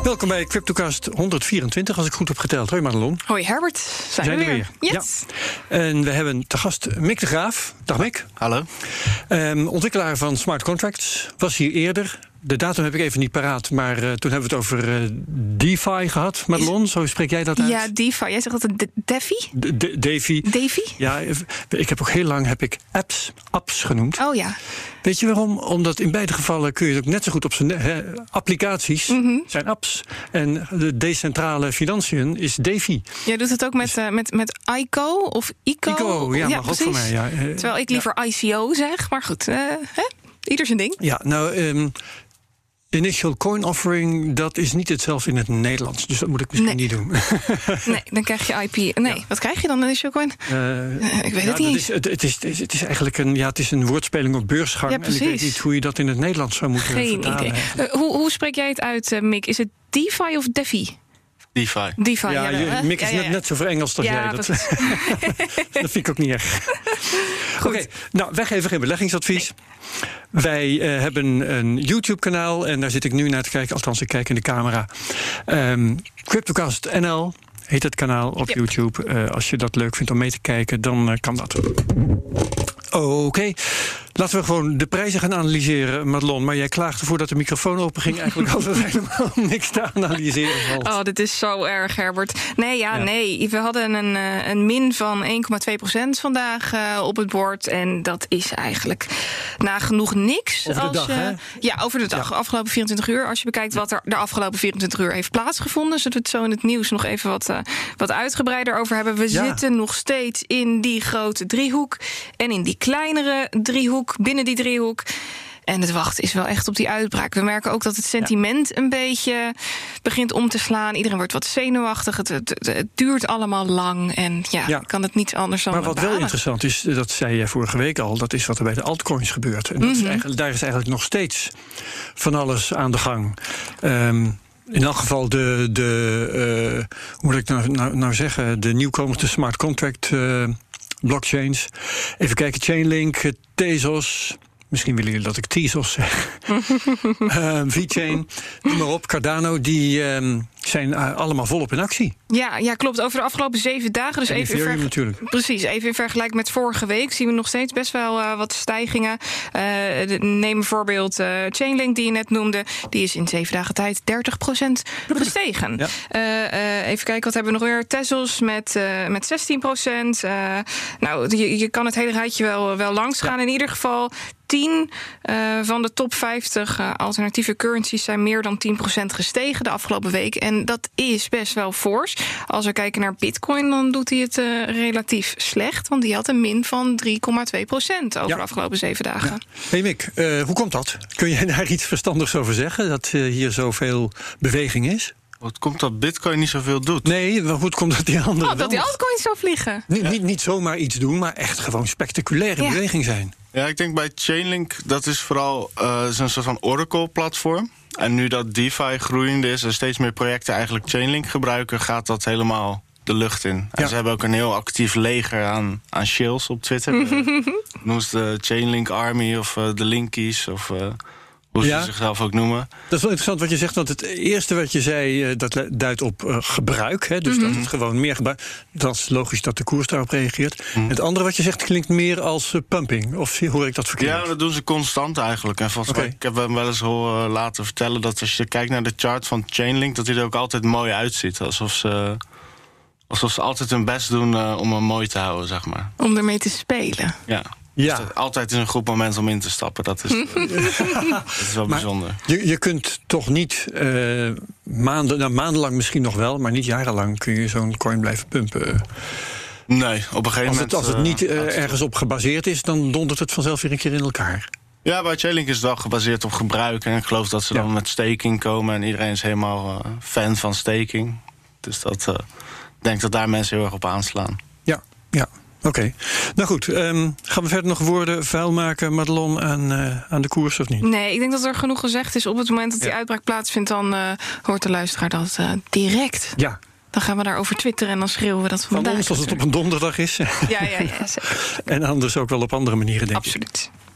Welkom bij CryptoCast 124, als ik goed heb geteld. Hoi Madelon. Hoi Herbert, zijn we weer. Yes. Ja. En we hebben te gast Mick de Graaf. Dag Mick. Hallo. Ontwikkelaar van smart contracts. Was hier eerder. De datum heb ik even niet paraat, maar toen hebben we het over DeFi gehad. Madelon, zo spreek jij dat uit? Ja, DeFi. Jij zegt altijd DeFi? DeFi. DeFi? Ja, ik heb ook heel lang apps genoemd. Oh ja. Weet je waarom? Omdat in beide gevallen kun je het ook net zo goed op zijn applicaties zijn apps. En de decentrale financiën is DeFi. Jij doet het ook met ICO of ICO? ICO, ja, mag precies. ook voor mij. Ja. Terwijl ik liever ICO zeg, maar goed. Ieder zijn ding. Ja, nou, initial coin offering, dat is niet hetzelfde in het Nederlands. Dus dat moet ik misschien niet doen. Nee, dan krijg je IP. Nee, ja. Wat krijg je dan initial coin? Ik weet het niet. Het is eigenlijk een woordspeling op beursgang. Ja, precies. En ik weet niet hoe je dat in het Nederlands zou moeten vertalen. Geen idee. Hoe spreek jij het uit, Mick? Is het DeFi of DeFi? DeFi. Ja, Mick is net zo Engels als jij. Dat vind ik ook niet erg. Oké, nou, wij geven geen beleggingsadvies. Nee. Wij hebben een YouTube-kanaal en daar zit ik nu naar te kijken. Althans, ik kijk in de camera. CryptoCast NL heet het kanaal op YouTube. Als je dat leuk vindt om mee te kijken, dan kan dat. Oké. Laten we gewoon de prijzen gaan analyseren, Madelon. Maar jij klaagde voordat de microfoon open ging eigenlijk altijd helemaal niks te analyseren valt. Oh, dit is zo erg, Herbert. Nee. We hadden een min van 1,2% vandaag op het bord. En dat is eigenlijk nagenoeg niks. Over de dag, hè? Ja, over de dag. Ja. Afgelopen 24 uur. Als je bekijkt wat er de afgelopen 24 uur heeft plaatsgevonden. Zullen we het zo in het nieuws nog even wat uitgebreider over hebben. We zitten nog steeds in die grote driehoek. En in die kleinere driehoek. Binnen die driehoek. En het wachten is wel echt op die uitbraak. We merken ook dat het sentiment een beetje begint om te slaan. Iedereen wordt wat zenuwachtig. Het duurt allemaal lang. En kan het niet anders dan. Maar wat wel interessant is, dat zei jij vorige week al, dat is wat er bij de altcoins gebeurt. En daar is eigenlijk nog steeds van alles aan de gang. In elk geval hoe moet ik nou zeggen, de nieuwkomers, de smart contract blockchains. Even kijken, Chainlink, Tezos. Misschien willen jullie dat ik Tezos zeg. VeChain, noem maar op, Cardano, die zijn allemaal volop in actie. Ja, klopt. Over de afgelopen 7 dagen. Dus even natuurlijk. Precies, even in vergelijking met vorige week zien we nog steeds best wel wat stijgingen. Neem bijvoorbeeld Chainlink, die je net noemde. Die is in 7 dagen tijd 30% gestegen. Ja. Even kijken, wat hebben we nog weer? Tezos met 16%. Nou, je kan het hele rijtje wel langs gaan. In ieder geval 10 van de top 50 alternatieve currencies zijn meer dan 10% gestegen de afgelopen week. En dat is best wel fors. Als we kijken naar Bitcoin, dan doet hij het relatief slecht. Want die had een min van 3,2% over de afgelopen 7 dagen. Ja. Hey Mick, hoe komt dat? Kun jij daar iets verstandigs over zeggen? Dat hier zoveel beweging is? Wat komt dat Bitcoin niet zoveel doet? Nee, hoe komt dat die andere dat die altcoins zo vliegen? Niet zomaar iets doen, maar echt gewoon spectaculair in beweging zijn. Ja, ik denk bij Chainlink, dat is vooral zo'n soort van Oracle-platform. En nu dat DeFi groeiende is en steeds meer projecten eigenlijk Chainlink gebruiken, gaat dat helemaal de lucht in. En ze hebben ook een heel actief leger aan shills op Twitter. Noemen ze de Chainlink Army of de Linkies of hoe ze zichzelf ook noemen. Dat is wel interessant wat je zegt, want het eerste wat je zei, dat duidt op gebruik. Hè, dus dat het gewoon meer gebruik. Dat is logisch dat de koers daarop reageert. Het andere wat je zegt klinkt meer als pumping. Of hoor ik dat verkeerd? Ja, dat doen ze constant eigenlijk. En volgens mij, ik heb hem wel eens horen laten vertellen dat als je kijkt naar de chart van Chainlink, dat hij er ook altijd mooi uitziet. Alsof ze altijd hun best doen om hem mooi te houden, zeg maar. Om ermee te spelen. Ja. Ja. Dus altijd is een goed moment om in te stappen. Dat is wel bijzonder. Je kunt toch niet maandenlang misschien nog wel, maar niet jarenlang kun je zo'n coin blijven pumpen. Nee, op een gegeven moment. Als het niet ergens op gebaseerd is, dan dondert het vanzelf weer een keer in elkaar. Ja, bij Chainlink is het wel gebaseerd op gebruik. En ik geloof dat ze dan met staking komen. En iedereen is helemaal fan van staking. Dus ik denk dat daar mensen heel erg op aanslaan. Ja. Oké. Nou goed, gaan we verder nog woorden vuil maken, Madelon, aan de koers of niet? Nee, ik denk dat er genoeg gezegd is. Op het moment dat die uitbraak plaatsvindt, dan hoort de luisteraar dat direct. Ja. Dan gaan we daarover twitteren en dan schreeuwen we dat van vandaag. Ons als het op een donderdag is. Ja, zeker. En anders ook wel op andere manieren, denk ik. Absoluut.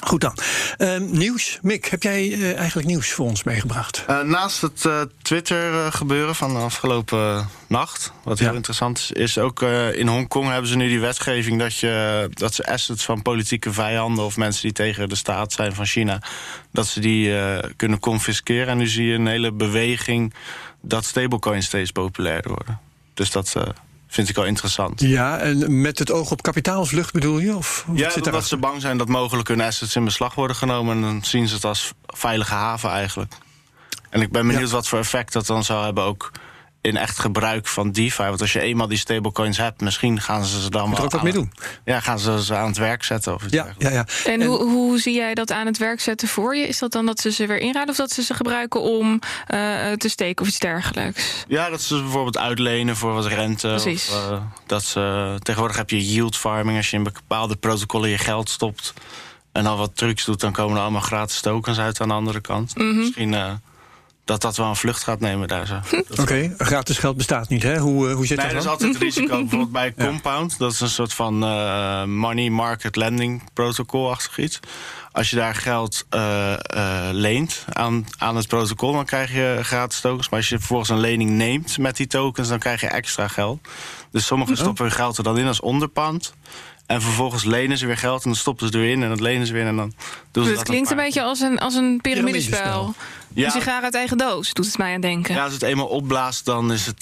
Goed dan. Nieuws. Mick, heb jij eigenlijk nieuws voor ons meegebracht? Naast het Twitter-gebeuren van de afgelopen nacht, wat heel interessant is ook in Hongkong hebben ze nu die wetgeving dat ze assets van politieke vijanden of mensen die tegen de staat zijn van China, dat ze die kunnen confisceren. En nu zie je een hele beweging dat stablecoins steeds populairder worden. Dus dat vind ik wel interessant. Ja, en met het oog op kapitaalvlucht bedoel je? Of omdat ze bang zijn dat mogelijk hun assets in beslag worden genomen. En dan zien ze het als veilige haven eigenlijk. En ik ben benieuwd wat voor effect dat dan zou hebben ook in echt gebruik van DeFi. Want als je eenmaal die stablecoins hebt, misschien gaan ze dan wel er ook wat mee doen. Ja, gaan ze aan het werk zetten. Of ja. En hoe zie jij dat aan het werk zetten voor je? Is dat dan dat ze weer inruilen of dat ze gebruiken om te steken of iets dergelijks? Ja, dat ze bijvoorbeeld uitlenen voor wat rente. Precies. Of, tegenwoordig heb je yield farming. Als je in bepaalde protocollen je geld stopt en dan wat trucs doet, dan komen er allemaal gratis tokens uit aan de andere kant. Mm-hmm. Misschien dat wel een vlucht gaat nemen daar zo. Oké, gratis geld bestaat niet, hè? Hoe zit dat? Nee, dat is altijd het risico. Bijvoorbeeld bij Compound, dat is een soort van money market lending protocol-achtig iets. Als je daar geld leent aan het protocol, dan krijg je gratis tokens. Maar als je vervolgens een lening neemt met die tokens, dan krijg je extra geld. Dus sommigen stoppen hun geld er dan in als onderpand. En vervolgens lenen ze weer geld en dan stoppen ze er weer in en dan lenen ze weer en dan doen ze dat. Het klinkt een beetje als een piramidespel. Ja. Een sigaar uit eigen doos, doet het mij aan denken. Ja, als het eenmaal opblaast, dan is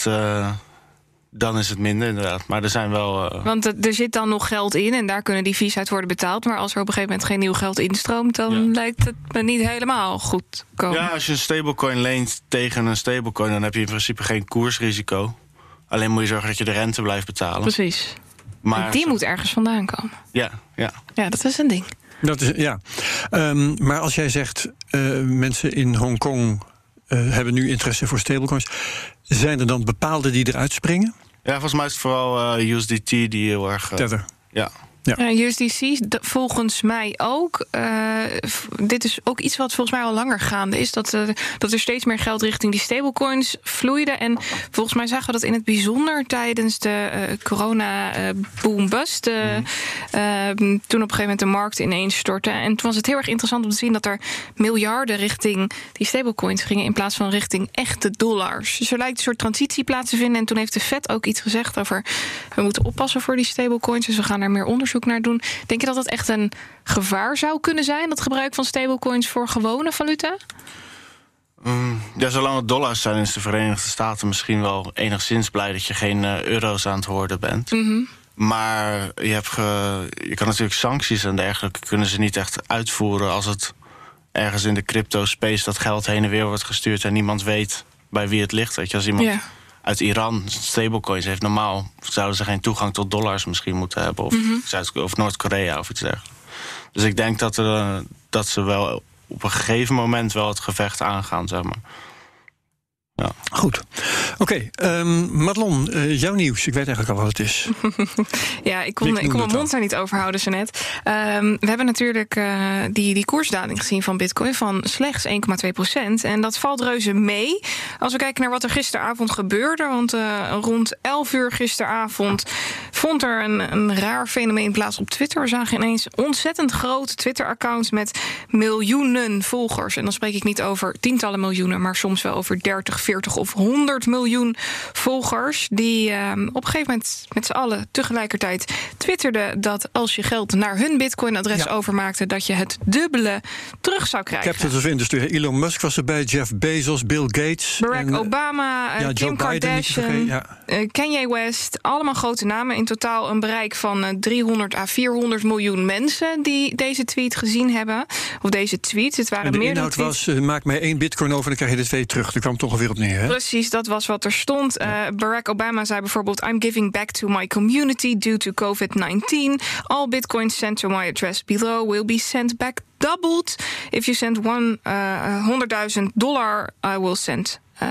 het minder inderdaad. Maar er zijn wel... Want er zit dan nog geld in en daar kunnen die fees uit worden betaald. Maar als er op een gegeven moment geen nieuw geld instroomt, dan lijkt het me niet helemaal goed komen. Ja, als je een stablecoin leent tegen een stablecoin, dan heb je in principe geen koersrisico. Alleen moet je zorgen dat je de rente blijft betalen. Precies. Maar die moet ergens vandaan komen. Ja. Ja, dat is een ding. Dat is, ja. Maar als jij zegt, mensen in Hongkong hebben nu interesse voor stablecoins, zijn er dan bepaalde die eruit springen? Ja, volgens mij is het vooral USDT die heel erg... Tether. Ja. USDC volgens mij ook. Dit is ook iets wat volgens mij al langer gaande is. Dat er steeds meer geld richting die stablecoins vloeide. En volgens mij zagen we dat in het bijzonder tijdens de corona boom-bust. Toen op een gegeven moment de markt ineens stortte. En toen was het heel erg interessant om te zien dat er miljarden richting die stablecoins gingen in plaats van richting echte dollars. Dus er lijkt een soort transitie plaats te vinden. En toen heeft de Fed ook iets gezegd over we moeten oppassen voor die stablecoins. Dus we gaan daar meer onderzoek naar doen. Denk je dat dat echt een gevaar zou kunnen zijn, dat gebruik van stablecoins voor gewone valuta? Ja, zolang het dollars zijn, is de Verenigde Staten misschien wel enigszins blij dat je geen euro's aan het worden bent. Mm-hmm. Maar je kan natuurlijk sancties en dergelijke kunnen ze niet echt uitvoeren als het ergens in de crypto-space dat geld heen en weer wordt gestuurd en niemand weet bij wie het ligt. Weet je, als iemand uit Iran stablecoins heeft, normaal zouden ze geen toegang tot dollars misschien moeten hebben. Of Noord-Korea of iets dergelijks. Dus ik denk dat ze wel op een gegeven moment wel het gevecht aangaan, zeg maar. Ja. Goed. Oké, Madelon, jouw nieuws. Ik weet eigenlijk al wat het is. Ja, ik kon mijn mond daar niet overhouden zo net. We hebben natuurlijk die koersdaling gezien van Bitcoin van slechts 1,2%. En dat valt reuze mee. Als we kijken naar wat er gisteravond gebeurde. Want rond 11 uur gisteravond vond er een raar fenomeen plaats op Twitter. We zagen ineens ontzettend grote Twitter-accounts met miljoenen volgers. En dan spreek ik niet over tientallen miljoenen, maar soms wel over 30, 40 of 100 miljoen volgers. Die op een gegeven moment met z'n allen tegelijkertijd twitterden dat als je geld naar hun Bitcoin-adres overmaakte, dat je het dubbele terug zou krijgen. Capital of Industry. Elon Musk was erbij, Jeff Bezos, Bill Gates. Barack Obama, Kim Kardashian, Kanye West. Allemaal grote namen. In totaal een bereik van 300 à 400 miljoen mensen die deze tweet gezien hebben. Of deze tweets. Het waren meer dan tweets. De inhoud was, maak mij 1 bitcoin over, dan krijg je de 2 terug. Daar kwam het ongeveer op neer, hè? Precies, dat was wat er stond. Barack Obama zei bijvoorbeeld, I'm giving back to my community due to COVID-19. All bitcoins sent to my address below will be sent back doubled. If you send $100,000, I will send $100,000.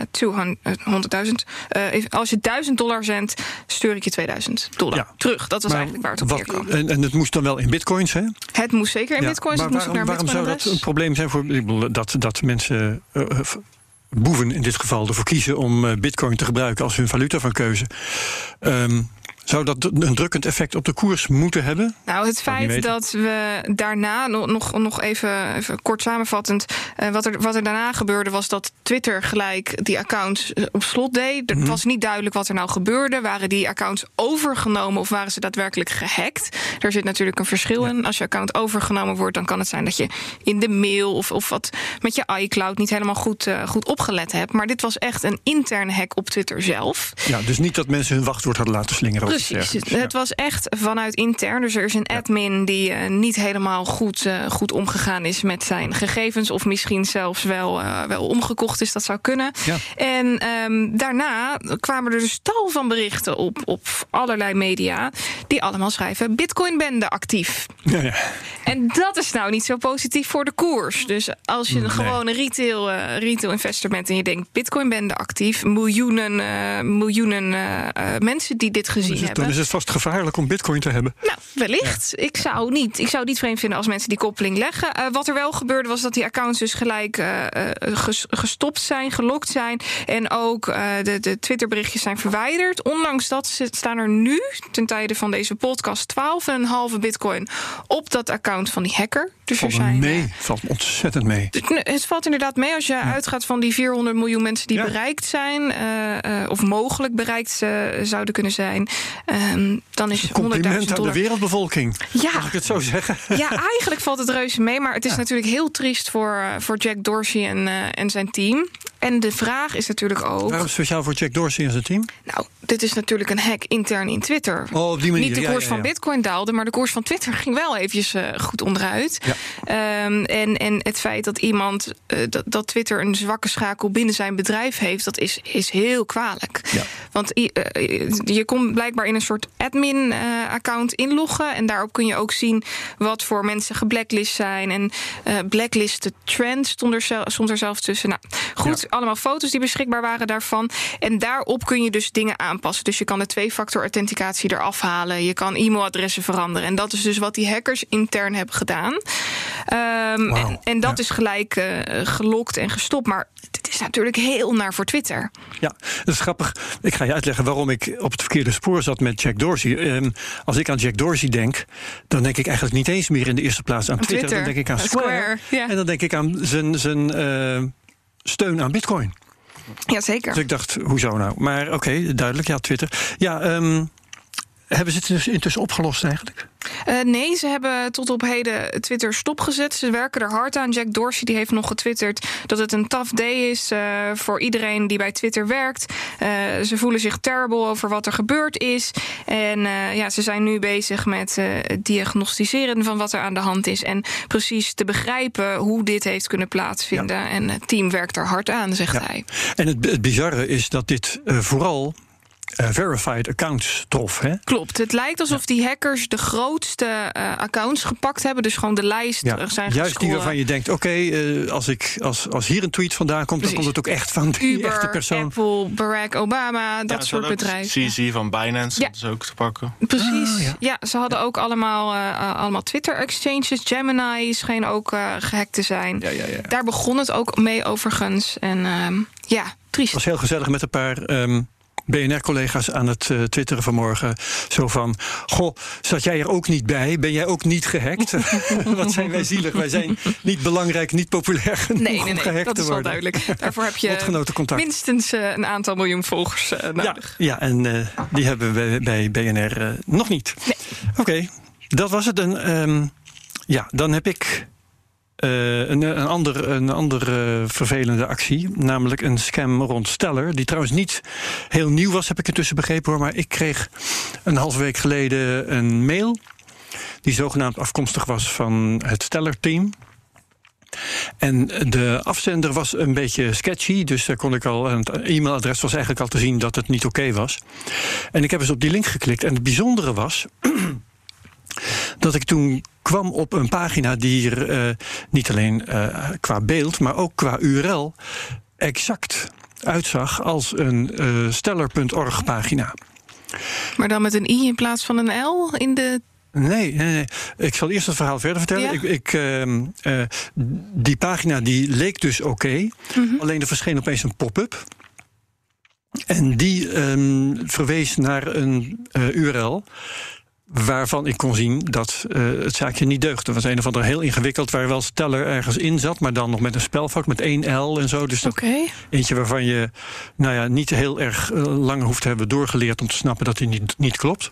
Als je $1,000 zendt, stuur ik je $2,000 terug. Dat was eigenlijk waar het op neerkwam. En het moest dan wel in bitcoins, hè? Het moest zeker in bitcoins. Maar waarom zou dat een probleem zijn voor dat mensen, boeven in dit geval, ervoor kiezen om bitcoin te gebruiken als hun valuta van keuze? Zou dat een drukkend effect op de koers moeten hebben? Nou, het feit dat we daarna, nog even kort samenvattend, wat er daarna gebeurde was dat Twitter gelijk die accounts op slot deed. Het was niet duidelijk wat er nou gebeurde. Waren die accounts overgenomen of waren ze daadwerkelijk gehackt? Er zit natuurlijk een verschil in. Als je account overgenomen wordt, dan kan het zijn dat je in de mail of wat met je iCloud niet helemaal goed opgelet hebt. Maar dit was echt een interne hack op Twitter zelf. Ja, dus niet dat mensen hun wachtwoord hadden laten slingeren. Precies, het was echt vanuit intern. Dus er is een admin die niet helemaal goed omgegaan is met zijn gegevens. Of misschien zelfs wel omgekocht is, dat zou kunnen. Ja. En daarna kwamen er dus tal van berichten op allerlei media die allemaal schrijven Bitcoin-bende actief. Ja. En dat is nou niet zo positief voor de koers. Dus als je gewoon een retail investor bent en je denkt Bitcoin-bende actief, miljoenen mensen die dit gezien hebben. Dan is het vast gevaarlijk om Bitcoin te hebben. Nou, wellicht. Ja. Ik zou het niet vreemd vinden als mensen die koppeling leggen. Wat er wel gebeurde was dat die accounts dus gelijk gestopt zijn, gelokt zijn. En ook de Twitterberichtjes zijn verwijderd. Ondanks dat staan er nu, ten tijde van deze podcast, 12,5 Bitcoin op dat account van die hacker. Dus Valt ontzettend mee. Het valt inderdaad mee als je uitgaat van die 400 miljoen mensen die bereikt zijn, of mogelijk bereikt zouden kunnen zijn. Dan is $100.000 compliment aan de wereldbevolking. Ja. Mag ik het zo zeggen? Ja, eigenlijk valt het reuze mee, maar het is natuurlijk heel triest voor Jack Dorsey en zijn team. En de vraag is natuurlijk ook... Waarom speciaal voor Jack Dorsey en zijn team? Nou, dit is natuurlijk een hack intern in Twitter. Oh, op die manier. Niet de koers van Bitcoin daalde, maar de koers van Twitter ging wel eventjes goed onderuit. Ja. En het feit dat iemand dat Twitter een zwakke schakel binnen zijn bedrijf heeft, dat is heel kwalijk. Ja. Want je kon blijkbaar in een soort admin-account inloggen en daarop kun je ook zien wat voor mensen geblacklist zijn. En blacklisted trends stond er zelfs tussen. Nou, goed. Ja. Allemaal foto's die beschikbaar waren daarvan. En daarop kun je dus dingen aanpassen. Dus je kan de 2-factor authenticatie eraf halen. Je kan e-mailadressen veranderen. En dat is dus wat die hackers intern hebben gedaan. En dat is gelijk gelokt en gestopt. Maar het is natuurlijk heel naar voor Twitter. Ja, dat is grappig. Ik ga je uitleggen waarom ik op het verkeerde spoor zat met Jack Dorsey. Als ik aan Jack Dorsey denk, dan denk ik eigenlijk niet eens meer in de eerste plaats aan Twitter. Dan denk ik aan Square. Ja. En dan denk ik aan zijn steun aan Bitcoin. Jazeker. Dus ik dacht, hoezo nou? Maar oké, duidelijk, ja, Twitter. Ja, hebben ze het dus intussen opgelost eigenlijk? Nee, ze hebben tot op heden Twitter stopgezet. Ze werken er hard aan. Jack Dorsey die heeft nog getwitterd dat het een tough day is voor iedereen die bij Twitter werkt. Ze voelen zich terrible over wat er gebeurd is. En ze zijn nu bezig met het diagnosticeren van wat er aan de hand is. En precies te begrijpen hoe dit heeft kunnen plaatsvinden. Ja. En het team werkt er hard aan, zegt hij. En het bizarre is dat dit vooral verified accounts trof, hè? Klopt. Het lijkt alsof die hackers de grootste accounts gepakt hebben. Dus gewoon de lijst zijn juist die waarvan je denkt, als hier een tweet vandaan komt, dan komt het ook echt van die Uber, echte persoon. Apple, Barack Obama, dat soort bedrijven. CZ van Binance, dat is ook te pakken. Precies. Ze hadden ook allemaal Twitter-exchanges. Gemini scheen ook gehackt te zijn. Ja. Daar begon het ook mee overigens. En triest. Het was heel gezellig met een paar BNR-collega's aan het twitteren vanmorgen. Zo van, goh, zat jij er ook niet bij? Ben jij ook niet gehackt? Wat zijn wij zielig. Wij zijn niet belangrijk, niet populair genoeg om gehackt dat te is worden. Wel duidelijk. Daarvoor heb je minstens een aantal miljoen volgers nodig. Ja, en die hebben we bij BNR nog niet. Nee. Oké, dat was het. En dan heb ik een andere vervelende actie, namelijk een scam rond Stellar, die trouwens niet heel nieuw was, heb ik intussen begrepen hoor, maar ik kreeg een halve week geleden een mail die zogenaamd afkomstig was van het Stellar-team. En de afzender was een beetje sketchy, dus daar kon ik al, het e-mailadres was eigenlijk al te zien dat het niet oké was. En ik heb eens op die link geklikt en het bijzondere was dat ik toen kwam op een pagina die er niet alleen qua beeld, maar ook qua URL exact uitzag als een stellar.org pagina. Maar dan met een i in plaats van een l in de... Nee. Ik zal eerst het verhaal verder vertellen. Ja? Die pagina die leek dus oké. Mm-hmm. Alleen er verscheen opeens een pop-up. En die verwees naar een URL waarvan ik kon zien dat het zaakje niet deugde. Dat was een of ander heel ingewikkeld, waar wel Stellar ergens in zat, maar dan nog met een spelfout, met 1 L en zo. Dus eentje waarvan je niet heel erg lang hoeft te hebben doorgeleerd om te snappen dat die niet klopt.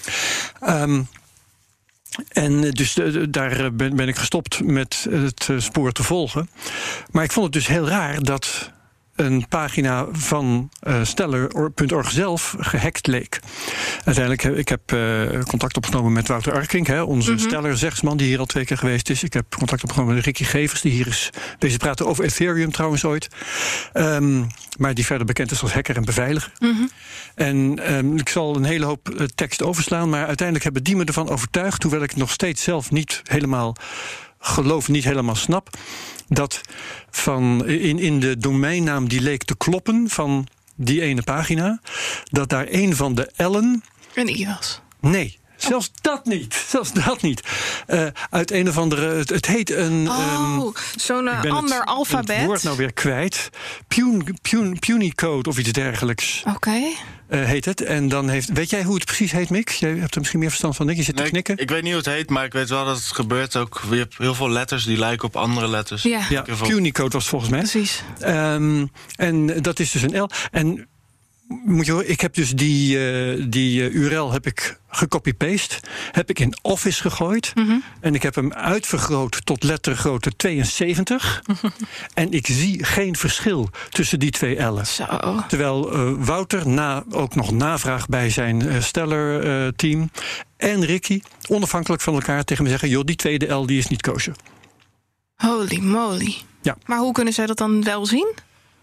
En dus daar ben ik gestopt met het spoor te volgen. Maar ik vond het dus heel raar dat een pagina van Stellar.org zelf gehackt leek. Uiteindelijk, ik heb contact opgenomen met Wouter Arkink, onze Stellar-zegsman die hier al 2 keer geweest is. Ik heb contact opgenomen met Ricky Gevers, die hier is bezig praten over Ethereum trouwens ooit. Maar die verder bekend is als hacker en beveiliger. En ik zal een hele hoop tekst overslaan, maar uiteindelijk hebben die me ervan overtuigd, hoewel ik nog steeds zelf niet helemaal geloof, niet helemaal snap, dat in de domeinnaam die leek te kloppen van die ene pagina, dat daar een van de L'en een I was. Nee. Zelfs dat niet. Uit een of andere. Het heet een. Zo'n ander alfabet. Het woord nou weer kwijt. Punycode of iets dergelijks. Oké. Heet het. En dan heeft. Weet jij hoe het precies heet, Mick? Jij hebt er misschien meer verstand van. Je zit te knikken. Ik weet niet hoe het heet, maar ik weet wel dat het gebeurt ook. Je hebt heel veel letters die lijken op andere letters. Ja, Punycode was het volgens mij. Precies. En dat is dus een L. En moet je horen, ik heb dus die URL heb ik gecopy-paste, heb ik in Office gegooid en ik heb hem uitvergroot tot lettergrootte 72 en ik zie geen verschil tussen die 2 L'en. Zo. Terwijl Wouter ook nog navraag bij zijn Stellar-team en Ricky onafhankelijk van elkaar tegen me zeggen, joh, die tweede L die is niet kosher. Holy moly. Ja. Maar hoe kunnen zij dat dan wel zien?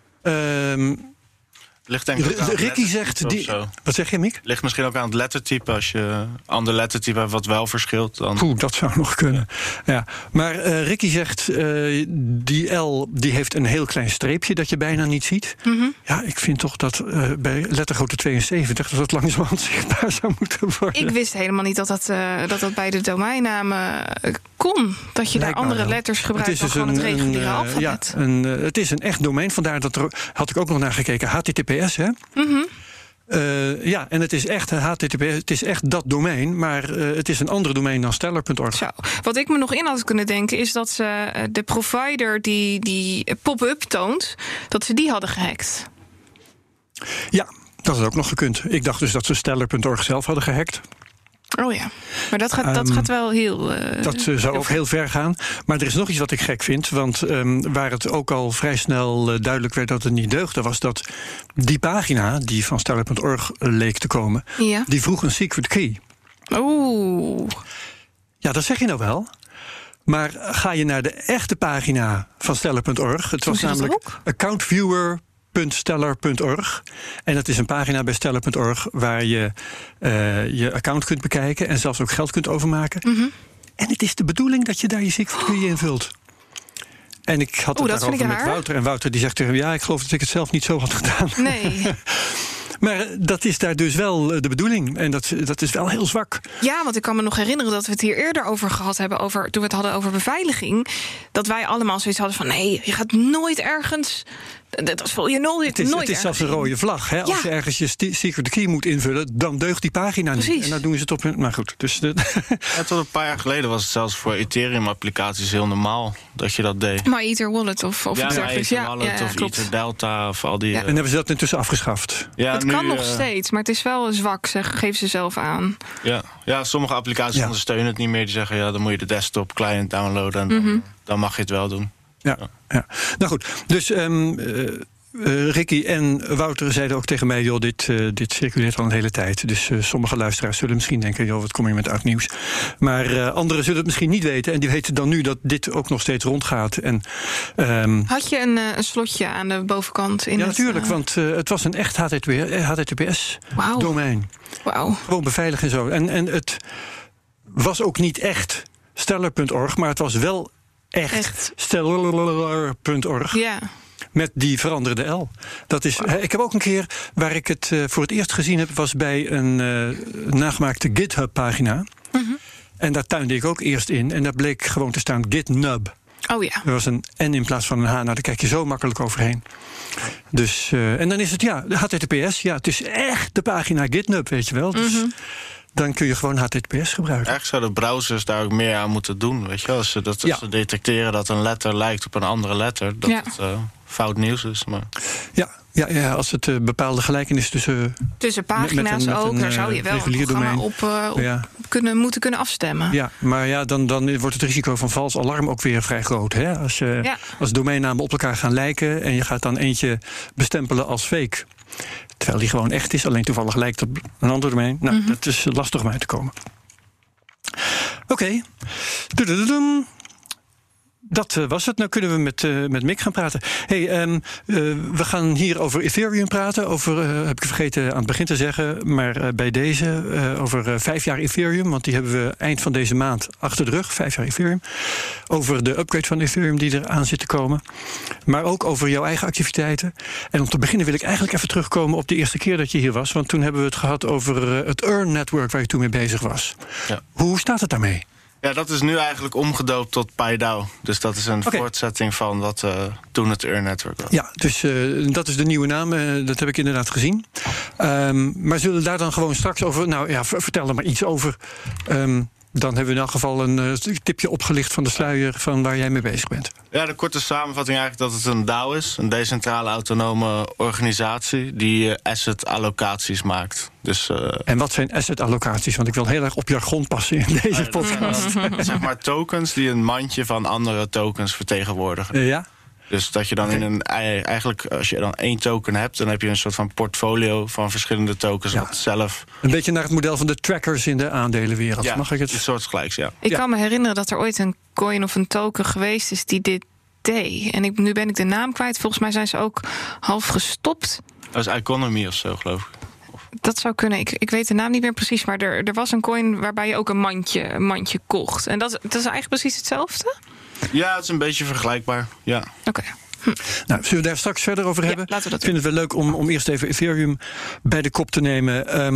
Ligt denk ik Ricky zegt wat zeg je, Mick? Ligt misschien ook aan het lettertype. Als je een ander lettertype hebt wat wel verschilt, dan. Dat zou nog kunnen. Ja. Maar Ricky zegt die L die heeft een heel klein streepje dat je bijna niet ziet. Ja, ik vind toch dat bij lettergrootte 72 dat het langzamerhand zichtbaar zou moeten worden. Ik wist helemaal niet dat bij de domeinnamen kon. Dat je daar andere letters gebruikt dan gewoon het reguliere alfabet. Het is een echt domein. Vandaar dat had ik ook nog naar gekeken. HTTPS, hè? En het is echt HTTPS, het is echt dat domein, maar het is een andere domein dan Stellar.org. Zo. Wat ik me nog in had kunnen denken is dat ze de provider die pop-up toont, dat ze die hadden gehackt. Ja, dat had ook nog gekund. Ik dacht dus dat ze Stellar.org zelf hadden gehackt. Oh ja, maar dat gaat wel heel. Dat zou ook heel ver gaan. Maar er is nog iets wat ik gek vind. Want waar het ook al vrij snel duidelijk werd dat het niet deugde, was dat die pagina die van Stellar.org leek te komen, die vroeg een secret key. Oeh. Ja, dat zeg je nou wel. Maar ga je naar de echte pagina van Stellar.org, het was namelijk accountviewer.stellar.org. En dat is een pagina bij Stellar.org waar je je account kunt bekijken en zelfs ook geld kunt overmaken. En het is de bedoeling dat je daar je secret key invult. En ik had het daarover met Wouter. En Wouter die zegt tegen me, ja, ik geloof dat ik het zelf niet zo had gedaan. Nee. Maar dat is daar dus wel de bedoeling. En dat is wel heel zwak. Ja, want ik kan me nog herinneren dat we het hier eerder over gehad hebben, toen we het hadden over beveiliging, dat wij allemaal zoiets hadden van, nee, je gaat nooit ergens. Dat vul je nooit. Het is zelfs een rode vlag. Hè? Als je ergens je secret key moet invullen, dan deugt die pagina niet. Precies. En dan doen ze het op hun. Maar goed. Dus tot een paar jaar geleden was het zelfs voor Ethereum-applicaties heel normaal dat je dat deed. Maar Ether Wallet of iets dergelijks. Of klopt. Ether Delta of al die. En hebben ze dat intussen afgeschaft? Ja, het kan nog steeds, maar het is wel zwak, geven ze zelf aan. Ja, sommige applicaties ondersteunen het niet meer. Die zeggen, dan moet je de desktop client downloaden en dan mag je het wel doen. Ja. Nou goed, dus Ricky en Wouter zeiden ook tegen mij, joh, dit circuleert al een hele tijd. Dus sommige luisteraars zullen misschien denken, joh, wat kom je met oud nieuws. Maar anderen zullen het misschien niet weten. En die weten dan nu dat dit ook nog steeds rondgaat. En, had je een slotje aan de bovenkant? Ja, natuurlijk, want het was een echt HTTPS-domein. Wauw. Gewoon beveiligd en zo. En het was ook niet echt Stellar.org, maar het was wel echt. Stellar.org. Ja. Met die veranderde L. Dat is, ik heb ook een keer waar ik het voor het eerst gezien heb, was bij een nagemaakte GitHub-pagina. En daar tuinde ik ook eerst in. En daar bleek gewoon te staan GitNub. Oh ja. Er was een N in plaats van een H. Nou, daar kijk je zo makkelijk overheen. Dus, en dan is het, HTTPS. Ja, het is echt de pagina GitHub, weet je wel. Dus dan kun je gewoon HTTPS gebruiken. Eigenlijk zouden browsers daar ook meer aan moeten doen, weet je. Als ze detecteren dat een letter lijkt op een andere letter, dat het fout nieuws is. Maar... Ja, als het bepaalde gelijkenis tussen pagina's ook, daar zou je wel een programma op moeten kunnen afstemmen. Ja, maar dan wordt het risico van vals alarm ook weer vrij groot. Hè? Als domeinnamen op elkaar gaan lijken en je gaat dan eentje bestempelen als fake, terwijl die gewoon echt is, alleen toevallig lijkt op een ander domein. Nou, dat is lastig om uit te komen. Oké. Dat was het. Nou kunnen we met Mick gaan praten. We gaan hier over Ethereum praten. Heb ik vergeten aan het begin te zeggen. Maar bij deze over 5 jaar Ethereum. Want die hebben we eind van deze maand achter de rug. 5 jaar Ethereum. Over de upgrade van Ethereum die eraan zit te komen. Maar ook over jouw eigen activiteiten. En om te beginnen wil ik eigenlijk even terugkomen op de eerste keer dat je hier was. Want toen hebben we het gehad over het Earn Network waar je toen mee bezig was. Ja. Hoe staat het daarmee? Ja, dat is nu eigenlijk omgedoopt tot PyDAO. Dus dat is een voortzetting van wat toen het Earn Network was. Ja, dus dat is de nieuwe naam. Dat heb ik inderdaad gezien. Maar zullen we daar dan gewoon straks over... Nou ja, vertel er maar iets over. Dan hebben we in elk geval een tipje opgelicht van de sluier van waar jij mee bezig bent. Ja, de korte samenvatting eigenlijk dat het een DAO is. Een decentrale autonome organisatie die asset allocaties maakt. Dus, en wat zijn asset allocaties? Want ik wil heel erg op jargon passen in deze podcast. Zeg maar tokens die een mandje van andere tokens vertegenwoordigen. Ja. Dus dat je dan eigenlijk als je dan 1 token hebt, dan heb je een soort van portfolio van verschillende tokens. Wat zelf... Een beetje naar het model van de trackers in de aandelenwereld. Ja, mag ik het? Een soort gelijks, ja. Ik kan me herinneren dat er ooit een coin of een token geweest is die dit deed. En nu ben ik de naam kwijt. Volgens mij zijn ze ook half gestopt. Dat is Economy of zo, geloof ik. Dat zou kunnen. Ik weet de naam niet meer precies. Maar er was een coin waarbij je ook een mandje kocht. En dat is eigenlijk precies hetzelfde? Ja, het is een beetje vergelijkbaar. Ja. Oké. Nou, zullen we daar straks verder over hebben? Laten we dat Ik vind het wel leuk om eerst even Ethereum bij de kop te nemen.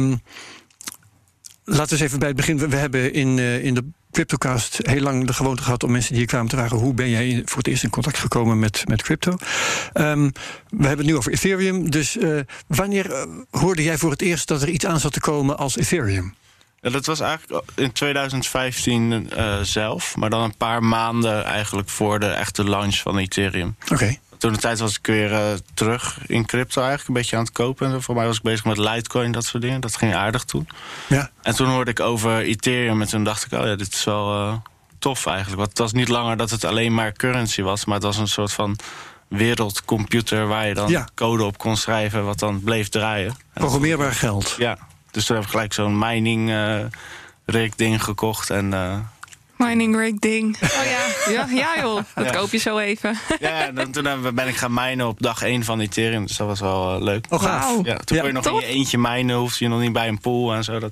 Laten we eens even bij het begin. We hebben in de CryptoCast heel lang de gewoonte gehad om mensen die hier kwamen te vragen: hoe ben jij voor het eerst in contact gekomen met crypto? We hebben het nu over Ethereum. Dus wanneer hoorde jij voor het eerst dat er iets aan zat te komen als Ethereum? Ja, dat was eigenlijk in 2015 zelf, maar dan een paar maanden eigenlijk voor de echte launch van Ethereum. Oké. Toen de tijd was ik weer terug in crypto eigenlijk, een beetje aan het kopen. En voor mij was ik bezig met Litecoin, dat soort dingen. Dat ging aardig toen. Ja. En toen hoorde ik over Ethereum en toen dacht ik, dit is wel tof eigenlijk. Want het was niet langer dat het alleen maar currency was, maar het was een soort van wereldcomputer waar je dan code op kon schrijven, wat dan bleef draaien. Programmeerbaar geld. Ja. Dus toen heb ik gelijk zo'n mining rig ding gekocht. Mining rig ding. Oh ja joh, dat koop je zo even. Ja, toen ben ik gaan minen op dag 1 van Ethereum. Dus dat was wel leuk. Oh, gaaf. Ja, toen kon je nog in je eentje minen, hoefde je nog niet bij een pool en zo.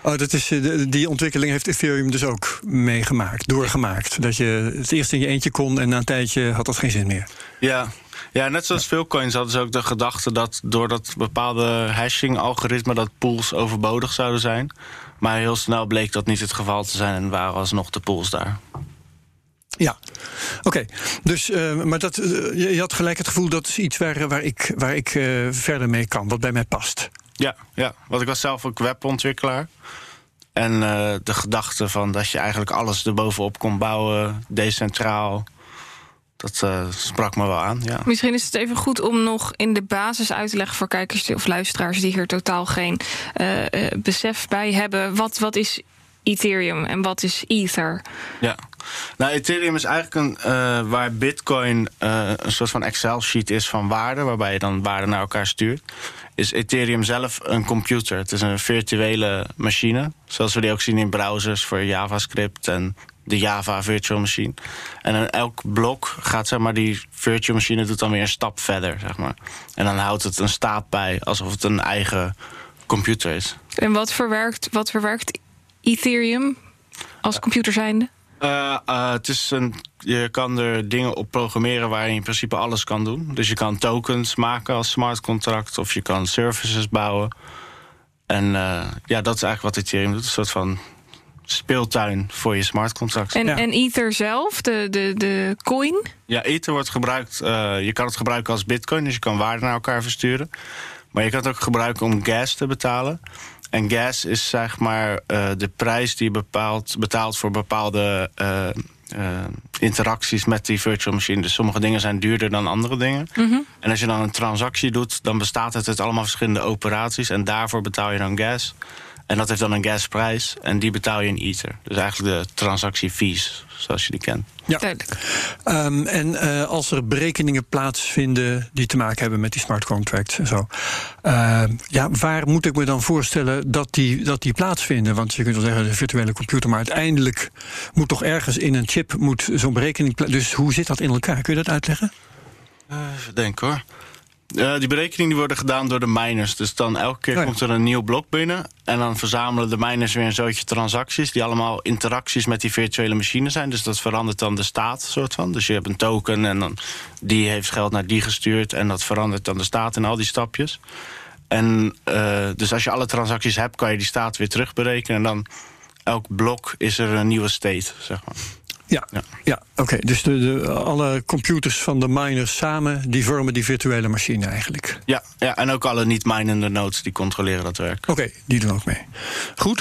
Die ontwikkeling heeft Ethereum dus ook doorgemaakt. Dat je het eerst in je eentje kon en na een tijdje had dat geen zin meer. Ja, net zoals veel coins hadden ze ook de gedachte dat door dat bepaalde hashing-algoritme dat pools overbodig zouden zijn. Maar heel snel bleek dat niet het geval te zijn en waren alsnog de pools daar. Ja, oké. Dus, maar je had gelijk het gevoel dat is iets waar ik verder mee kan, wat bij mij past. Ja, want ik was zelf ook webontwikkelaar. En de gedachte van dat je eigenlijk alles erbovenop kon bouwen, decentraal. Dat sprak me wel aan, ja. Misschien is het even goed om nog in de basis uit te leggen voor kijkers of luisteraars die hier totaal geen besef bij hebben. Wat is Ethereum en wat is Ether? Ja, nou Ethereum is eigenlijk waar Bitcoin een soort van Excel-sheet is van waarden, waarbij je dan waarden naar elkaar stuurt. Is Ethereum zelf een computer. Het is een virtuele machine, zoals we die ook zien in browsers voor JavaScript en de Java Virtual Machine. En in elk blok gaat die virtual machine doet dan weer een stap verder, zeg maar. En dan houdt het een staat bij, alsof het een eigen computer is. En wat verwerkt Ethereum als computer zijnde? Je kan er dingen op programmeren waar je in principe alles kan doen. Dus je kan tokens maken als smart contract, of je kan services bouwen. En dat is eigenlijk wat Ethereum doet. Een soort van speeltuin voor je smart contracts. En Ether zelf, de coin? Ja, Ether wordt gebruikt. Je kan het gebruiken als bitcoin, dus je kan waarde naar elkaar versturen. Maar je kan het ook gebruiken om gas te betalen. En gas is zeg maar de prijs die je betaalt voor bepaalde interacties met die virtual machine. Dus sommige dingen zijn duurder dan andere dingen. Mm-hmm. En als je dan een transactie doet, dan bestaat het uit allemaal verschillende operaties. En daarvoor betaal je dan gas. En dat heeft dan een gasprijs. En die betaal je in Ether. Dus eigenlijk de transactiefees, zoals je die kent. Ja. En als er berekeningen plaatsvinden die te maken hebben met die smart contracts en zo. Waar moet ik me dan voorstellen dat die plaatsvinden? Want je kunt wel zeggen de virtuele computer, maar uiteindelijk moet toch ergens in een chip zo'n berekening. Dus hoe zit dat in elkaar? Kun je dat uitleggen? Even denken hoor. Die berekeningen die worden gedaan door de miners. Dus dan elke keer komt er een nieuw blok binnen. En dan verzamelen de miners weer een zootje transacties die allemaal interacties met die virtuele machine zijn. Dus dat verandert dan de staat, soort van. Dus je hebt een token en dan die heeft geld naar die gestuurd. En dat verandert dan de staat in al die stapjes. En dus als je alle transacties hebt, kan je die staat weer terugberekenen. En dan elk blok is er een nieuwe state, zeg maar. Ja, oké. Dus alle computers van de miners samen, die vormen die virtuele machine eigenlijk. Ja, en ook alle niet-minende nodes die controleren dat werk. Oké, die doen ook mee. Goed.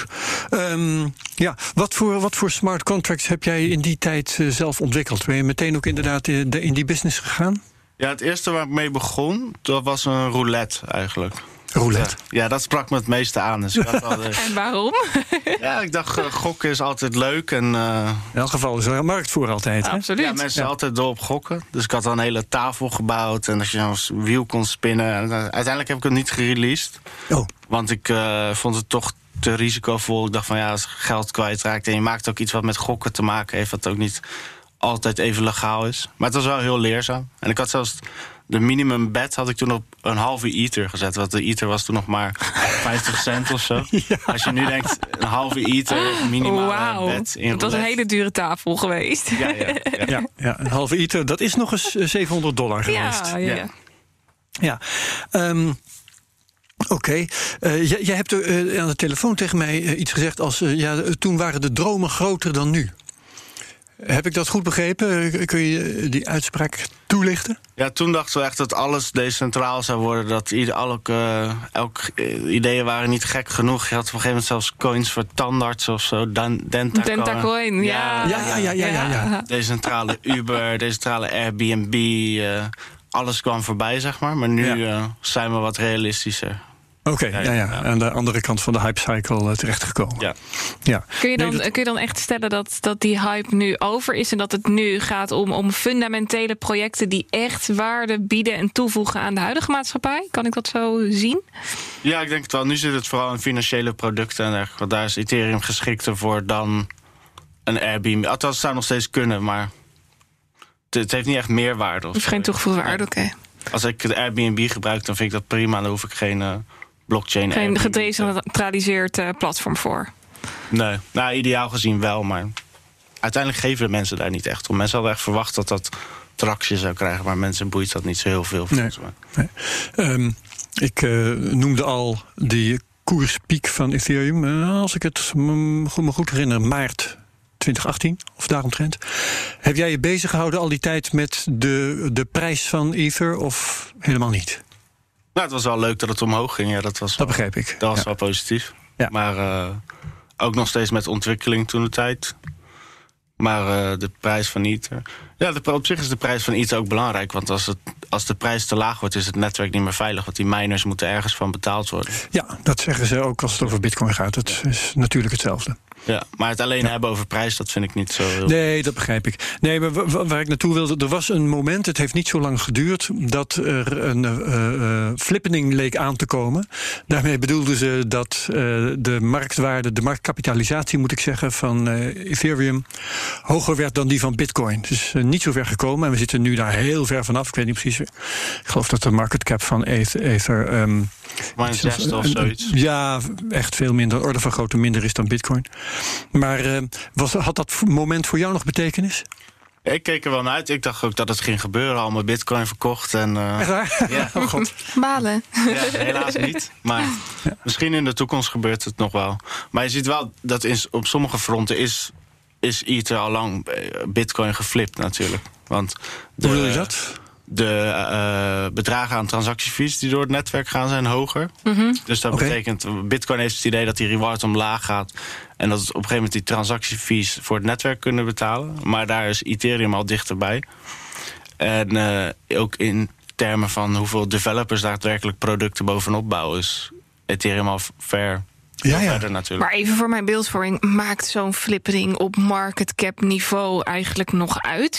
Wat voor smart contracts heb jij in die tijd zelf ontwikkeld? Ben je meteen ook inderdaad in die business gegaan? Ja, het eerste waar ik mee begon, dat was een roulette eigenlijk. Roulette? Ja, dat sprak me het meeste aan. Dus En waarom? Ja, ik dacht, gokken is altijd leuk. En, in elk geval is er een markt voor altijd. Absoluut. Ja, mensen zijn altijd dol op gokken. Dus ik had dan een hele tafel gebouwd. En dat je zo'n wiel kon spinnen. En uiteindelijk heb ik het niet gereleased. Oh. Want ik vond het toch te risicovol. Ik dacht van als geld kwijtraakt en je maakt ook iets wat met gokken te maken heeft, wat ook niet altijd even legaal is. Maar het was wel heel leerzaam. En ik had zelfs de minimum bet had ik toen op een halve Ether gezet. Want de Ether was toen nog maar 50 cent of zo. Ja. Als je nu denkt, een halve Ether minimaal bet in dat was een hele dure tafel geweest. Ja, een halve Ether, dat is nog eens $700 geweest. Ja. Oké. Jij hebt aan de telefoon tegen mij iets gezegd als toen waren de dromen groter dan nu. Heb ik dat goed begrepen? Kun je die uitspraak toelichten? Ja, toen dachten we echt dat alles decentraal zou worden. Dat elk ideeën waren niet gek genoeg. Je had op een gegeven moment zelfs coins voor tandarts of zo. Dentacoin, ja. Decentrale Uber, decentrale Airbnb. Alles kwam voorbij, zeg maar. Maar nu zijn we wat realistischer. Oké, aan de andere kant van de hypecycle terechtgekomen. Ja. Kun je dan echt stellen dat die hype nu over is en dat het nu gaat om fundamentele projecten die echt waarde bieden en toevoegen aan de huidige maatschappij? Kan ik dat zo zien? Ja, ik denk het wel. Nu zit het vooral in financiële producten en dergelijke. Want daar is Ethereum geschikter voor dan een Airbnb. Althans, het zou nog steeds kunnen, maar het heeft niet echt meerwaarde. Het heeft geen toegevoegde waarde, oké. Als ik de Airbnb gebruik, dan vind ik dat prima. Dan hoef ik geen blockchain. Geen gedecentraliseerd platform voor. Nee, ideaal gezien wel, maar uiteindelijk geven de mensen daar niet echt om. Mensen hadden echt verwacht dat dat tractie zou krijgen, maar mensen boeit dat niet zo heel veel. Nee. Ik noemde al die koerspiek van Ethereum. Als ik het me goed herinner, maart 2018 of daaromtrent. Heb jij je bezig gehouden al die tijd met de prijs van Ether of helemaal niet? Nou, het was wel leuk dat het omhoog ging. Ja, dat begreep ik. Dat was wel positief. Ja. Maar ook nog steeds met ontwikkeling toen de tijd. Maar de prijs van Ether. Ja, op zich is de prijs van Ether ook belangrijk. Want als de prijs te laag wordt, is het netwerk niet meer veilig. Want die miners moeten ergens van betaald worden. Ja, dat zeggen ze ook als het over Bitcoin gaat. Het is natuurlijk hetzelfde. Ja, maar het alleen hebben over prijs, dat vind ik niet zo heel... Nee, dat begrijp ik. Nee, maar waar ik naartoe wilde, er was een moment, het heeft niet zo lang geduurd, dat er een flippening leek aan te komen. Daarmee bedoelden ze dat de marktwaarde, de marktkapitalisatie moet ik zeggen, van Ethereum hoger werd dan die van Bitcoin. Dus niet zo ver gekomen en we zitten nu daar heel ver vanaf. Ik weet niet precies. Ik geloof dat de market cap van Ether... maar een zesde of zoiets. Ja, echt veel minder, orde van grootte minder is dan Bitcoin. Maar had dat moment voor jou nog betekenis? Ik keek er wel naar uit. Ik dacht ook dat het ging gebeuren. Allemaal bitcoin verkocht. En, Echt waar? Ja. Oh god. Balen. Ja, helaas niet. Maar misschien in de toekomst gebeurt het nog wel. Maar je ziet wel dat op sommige fronten is Ether al lang bitcoin geflipt natuurlijk. Want Hoe bedoel je dat? De bedragen aan transactiefees die door het netwerk gaan zijn hoger. Dus dat betekent, bitcoin heeft het idee dat die reward omlaag gaat. En dat het op een gegeven moment die transactiefees voor het netwerk kunnen betalen. Maar daar is Ethereum al dichterbij. En ook in termen van hoeveel developers daadwerkelijk producten bovenop bouwen, is Ethereum al verder natuurlijk. Maar even voor mijn beeldvorming, maakt zo'n flippering op market cap niveau eigenlijk nog uit?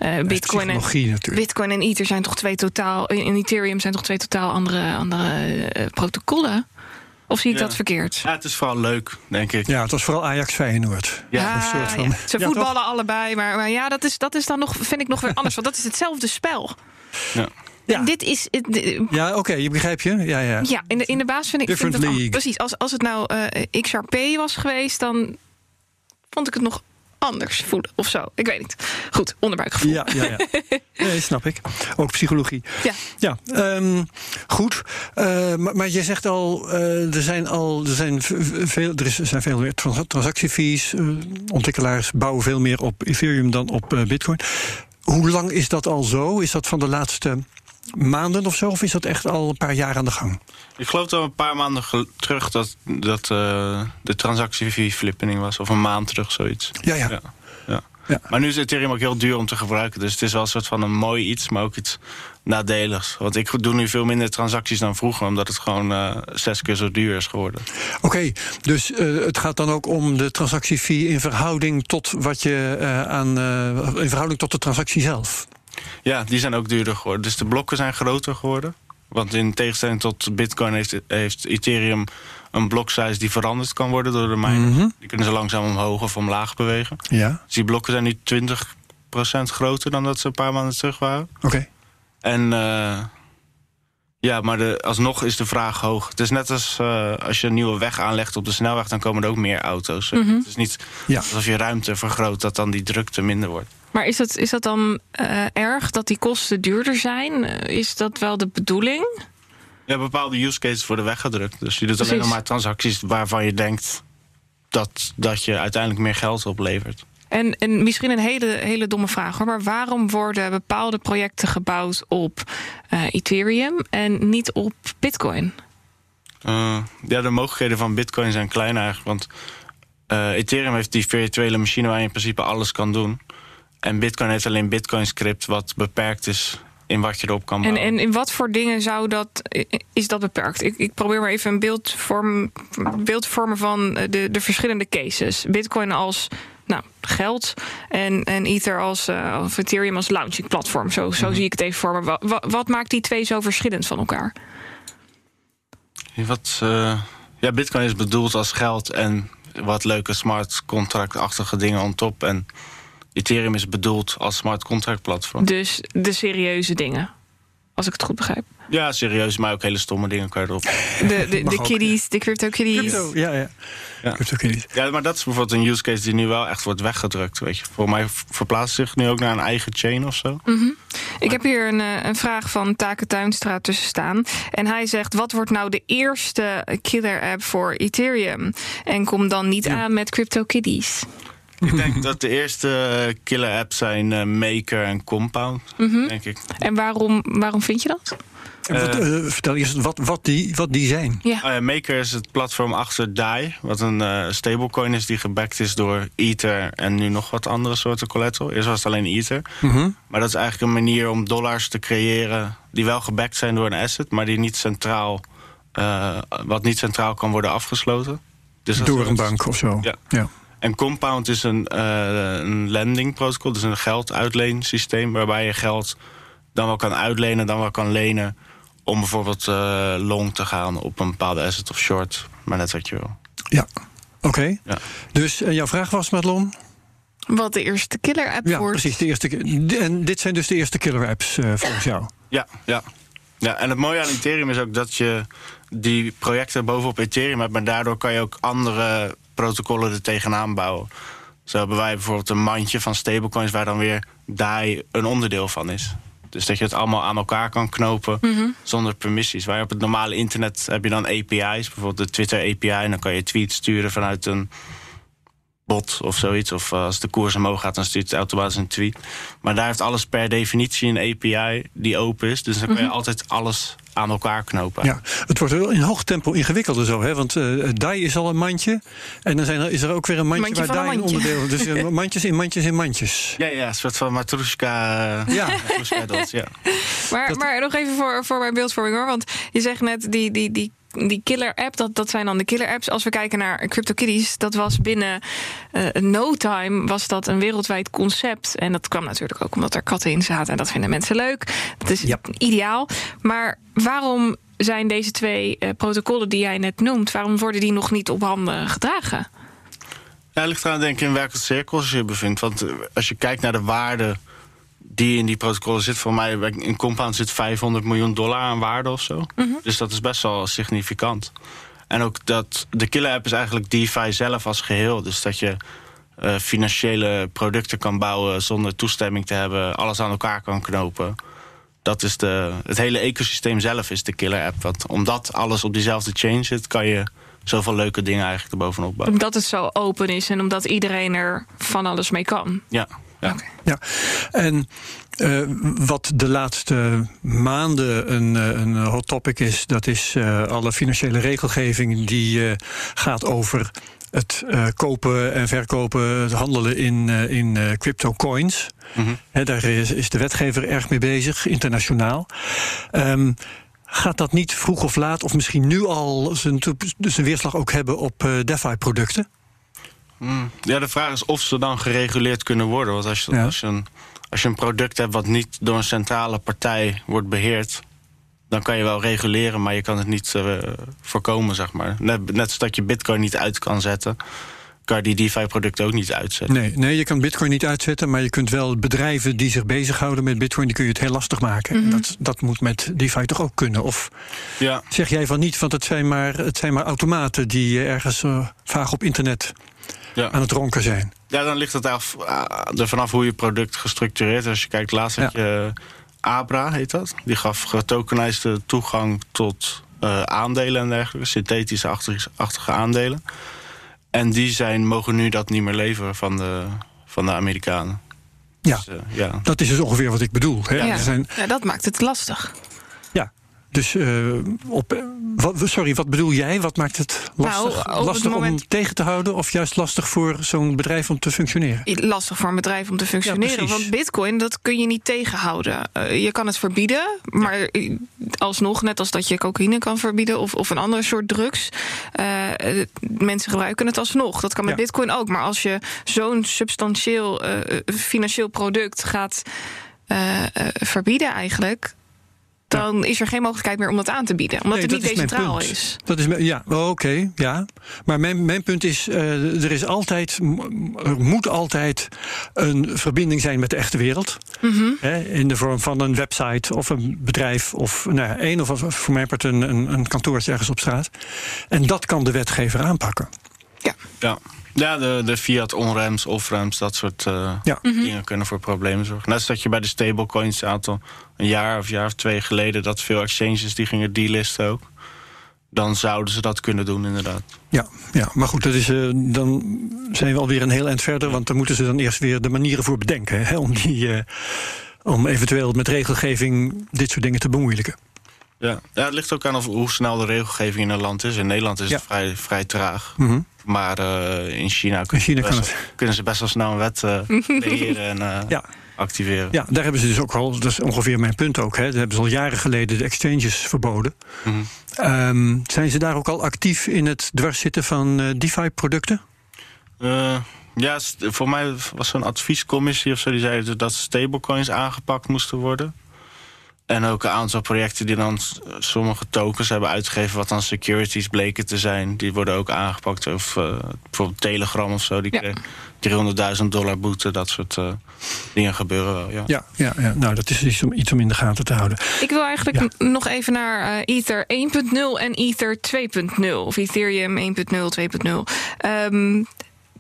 Bitcoin en Ether zijn toch en Ethereum zijn toch twee totaal andere protocollen? Of zie ik dat verkeerd? Ja, het is vooral leuk, denk ik. Ja, het was vooral Ajax-Feyenoord. Ja, ze voetballen allebei, maar ja, dat is dan nog, vind ik nog weer anders, want dat is hetzelfde spel. Ja. Ja. Dit is. Ja, oké, je begrijpt je? Ja. Ja, in de basis vind ik. Different league. Precies. Als het nou XRP was geweest, dan vond ik het nog anders voelen of zo. Ik weet niet. Goed, onderbuikgevoel. Ja. Nee, snap ik. Ook psychologie. Ja. Goed. Maar je zegt al, er zijn veel meer transactiefees. Ontwikkelaars bouwen veel meer op Ethereum dan op Bitcoin. Hoe lang is dat al zo? Is dat van de laatste maanden of zo? Of is dat echt al een paar jaar aan de gang? Ik geloof dat een paar maanden terug dat de transactiefee-flippening was. Of een maand terug, zoiets. Ja. Maar nu is Ethereum ook heel duur om te gebruiken. Dus het is wel een soort van een mooi iets, maar ook iets nadeligs. Want ik doe nu veel minder transacties dan vroeger, omdat het gewoon 6 keer zo duur is geworden. Oké, dus het gaat dan ook om de transactiefee in verhouding tot wat je in verhouding tot de transactie zelf. Ja, die zijn ook duurder geworden. Dus de blokken zijn groter geworden. Want in tegenstelling tot Bitcoin heeft Ethereum een bloksize die veranderd kan worden door de miner. Die kunnen ze langzaam omhoog of omlaag bewegen. Ja. Dus die blokken zijn nu 20% groter dan dat ze een paar maanden terug waren. Oké. En maar alsnog is de vraag hoog. Het is net als je een nieuwe weg aanlegt op de snelweg, dan komen er ook meer auto's. Het is niet alsof je ruimte vergroot, dat dan die drukte minder wordt. Maar is dat dan erg dat die kosten duurder zijn? Is dat wel de bedoeling? Ja, bepaalde use cases worden weggedrukt. Dus je doet alleen nog maar transacties waarvan je denkt dat je uiteindelijk meer geld oplevert. En misschien een hele domme vraag hoor, maar waarom worden bepaalde projecten gebouwd op Ethereum en niet op Bitcoin? De mogelijkheden van Bitcoin zijn klein eigenlijk. Want Ethereum heeft die virtuele machine waar je in principe alles kan doen. En Bitcoin heeft alleen Bitcoin script wat beperkt is in wat je erop kan bouwen. En in wat voor dingen is dat beperkt? Ik probeer maar even een beeld te vormen van de verschillende cases. Bitcoin als geld en Ether of Ethereum als launching platform. Zo zie ik het even voor me. Wat maakt die twee zo verschillend van elkaar? Bitcoin is bedoeld als geld en wat leuke smart contract-achtige dingen on top. En Ethereum is bedoeld als smart contract platform. Dus de serieuze dingen, als ik het goed begrijp. Ja, serieus, maar ook hele stomme dingen kan je erop. De kiddies, de crypto kiddies. Ja. Crypto kiddies. Ja, maar dat is bijvoorbeeld een use case die nu wel echt wordt weggedrukt. Weet je. Voor mij verplaatst zich nu ook naar een eigen chain of zo. Ik heb hier een vraag van Take Tuinstra tussen staan. En hij zegt, wat wordt nou de eerste killer app voor Ethereum? En kom dan niet aan met crypto kiddies. Ik denk dat de eerste killer apps zijn Maker en Compound, denk ik. En waarom vind je dat? Vertel eerst wat die zijn. Ja. Maker is het platform achter DAI, wat een stablecoin is die gebackt is door Ether en nu nog wat andere soorten collateral. Eerst was het alleen Ether. Maar dat is eigenlijk een manier om dollars te creëren die wel gebackt zijn door een asset, maar die niet centraal, wat niet centraal kan worden afgesloten. Dus door een bank of zo. Ja. En Compound is een lending protocol, dus een gelduitleensysteem waarbij je geld dan wel kan uitlenen, dan wel kan lenen om bijvoorbeeld long te gaan op een bepaalde asset of short, maar net wat je wil. Ja, oké. Ja. Dus jouw vraag was, Madelon? Wat de eerste killer app wordt? Ja, precies. De eerste. En dit zijn dus de eerste killer apps volgens jou? Ja. En het mooie aan Ethereum is ook dat je die projecten bovenop Ethereum hebt, maar daardoor kan je ook andere protocollen er tegenaan bouwen. Zo hebben wij bijvoorbeeld een mandje van stablecoins waar dan weer DAI een onderdeel van is. Dus dat je het allemaal aan elkaar kan knopen zonder permissies. Waar op het normale internet heb je dan API's, bijvoorbeeld de Twitter API, en dan kan je tweets sturen vanuit een bot of zoiets. Of als de koers omhoog gaat, dan stuurt het automatisch een tweet. Maar daar heeft alles per definitie een API die open is. Dus dan kan je altijd alles aan elkaar knopen. Ja, het wordt wel in hoog tempo ingewikkelder zo, hè? Want DAI is al een mandje. En dan is er ook weer een mandje waar DAI een onderdeel is. Dus mandjes in mandjes in mandjes. Ja, een soort van Matroeska. Maar nog even voor mijn beeldvorming, hoor. Want je zegt net die killer app, dat zijn dan de killer apps. Als we kijken naar CryptoKitties, dat was binnen no time was dat een wereldwijd concept. En dat kwam natuurlijk ook omdat er katten in zaten. En dat vinden mensen leuk. Dat is ideaal. Maar waarom zijn deze 2 protocollen die jij net noemt, waarom worden die nog niet op handen gedragen? Ja, het ligt eraan, denk ik, in welke cirkels je je bevindt. Want als je kijkt naar de waarde die in die protocollen zit, voor mij in Compound zit $500 miljoen aan waarde of zo. Dus dat is best wel significant. En ook de killer app is eigenlijk DeFi zelf als geheel. Dus dat je financiële producten kan bouwen zonder toestemming te hebben, alles aan elkaar kan knopen. Dat is het hele ecosysteem zelf is de killer app. Want omdat alles op diezelfde chain zit, kan je zoveel leuke dingen eigenlijk erbovenop bouwen. Omdat het zo open is en omdat iedereen er van alles mee kan. Ja. Okay. Ja, en wat de laatste maanden een hot topic is, dat is alle financiële regelgeving die gaat over het kopen en verkopen, het handelen in crypto coins. Daar is de wetgever erg mee bezig, internationaal. Gaat dat niet vroeg of laat, of misschien nu al zijn weerslag ook hebben op DeFi-producten? Ja, de vraag is of ze dan gereguleerd kunnen worden. Want als je een product hebt wat niet door een centrale partij wordt beheerd, dan kan je wel reguleren, maar je kan het niet voorkomen, zeg maar. Net als dat je Bitcoin niet uit kan zetten, kan je die DeFi-producten ook niet uitzetten. Nee, je kan Bitcoin niet uitzetten, maar je kunt wel bedrijven die zich bezighouden met Bitcoin, die kun je het heel lastig maken. En dat moet met DeFi toch ook kunnen? Of zeg jij van niet, want het zijn maar automaten die ergens vaag op internet aan het ronken zijn? Ja, dan ligt het er vanaf hoe je product gestructureerd is. Als je kijkt, laatst had je Abra, heet dat. Die gaf getokenized toegang tot aandelen en dergelijke, synthetische achtige aandelen. En die mogen nu dat niet meer leveren van de Amerikanen. Ja, dus, dat is dus ongeveer wat ik bedoel. Hè? Ja, dat maakt het lastig. Ja, dus wat bedoel jij? Wat maakt het lastig? Lastig om tegen te houden of juist lastig voor zo'n bedrijf om te functioneren? Lastig voor een bedrijf om te functioneren. Ja, want Bitcoin, dat kun je niet tegenhouden. Je kan het verbieden, maar alsnog, net als dat je cocaïne kan verbieden of een ander soort drugs, mensen gebruiken het alsnog. Dat kan met Bitcoin ook. Maar als je zo'n substantieel financieel product gaat verbieden eigenlijk, dan is er geen mogelijkheid meer om dat aan te bieden. Omdat het niet decentraal is. Dat is oké. Maar mijn punt is, er moet altijd een verbinding zijn met de echte wereld. In de vorm van een website of een bedrijf of voor mijn part een kantoortje ergens op straat. En dat kan de wetgever aanpakken. Ja, de fiat on-ramps, off-ramps, dat soort dingen kunnen voor problemen zorgen. Net als dat je bij de stablecoins een jaar of 2 geleden, dat veel exchanges die gingen delisten ook. Dan zouden ze dat kunnen doen, inderdaad. Ja, maar goed, dat is, dan zijn we alweer een heel eind verder, want dan moeten ze dan eerst weer de manieren voor bedenken, hè, om eventueel met regelgeving dit soort dingen te bemoeilijken. Ja, het ligt ook aan hoe snel de regelgeving in een land is. In Nederland is het vrij traag. Maar in China kunnen ze best wel snel een wet creëren en activeren. Ja, daar hebben ze dus ook al, dat is ongeveer mijn punt ook, hè, daar hebben ze al jaren geleden de exchanges verboden. Zijn ze daar ook al actief in het dwarszitten van DeFi-producten? Voor mij was er een adviescommissie of zo, die zei dat stablecoins aangepakt moesten worden. En ook een aantal projecten die dan sommige tokens hebben uitgegeven, wat dan securities bleken te zijn, die worden ook aangepakt. Of bijvoorbeeld Telegram of zo, die kreeg $300.000 boete, dat soort dingen gebeuren wel. Ja. Nou, dat is iets om in de gaten te houden. Ik wil eigenlijk nog even naar Ether 1.0 en Ether 2.0, of Ethereum 1.0, 2.0.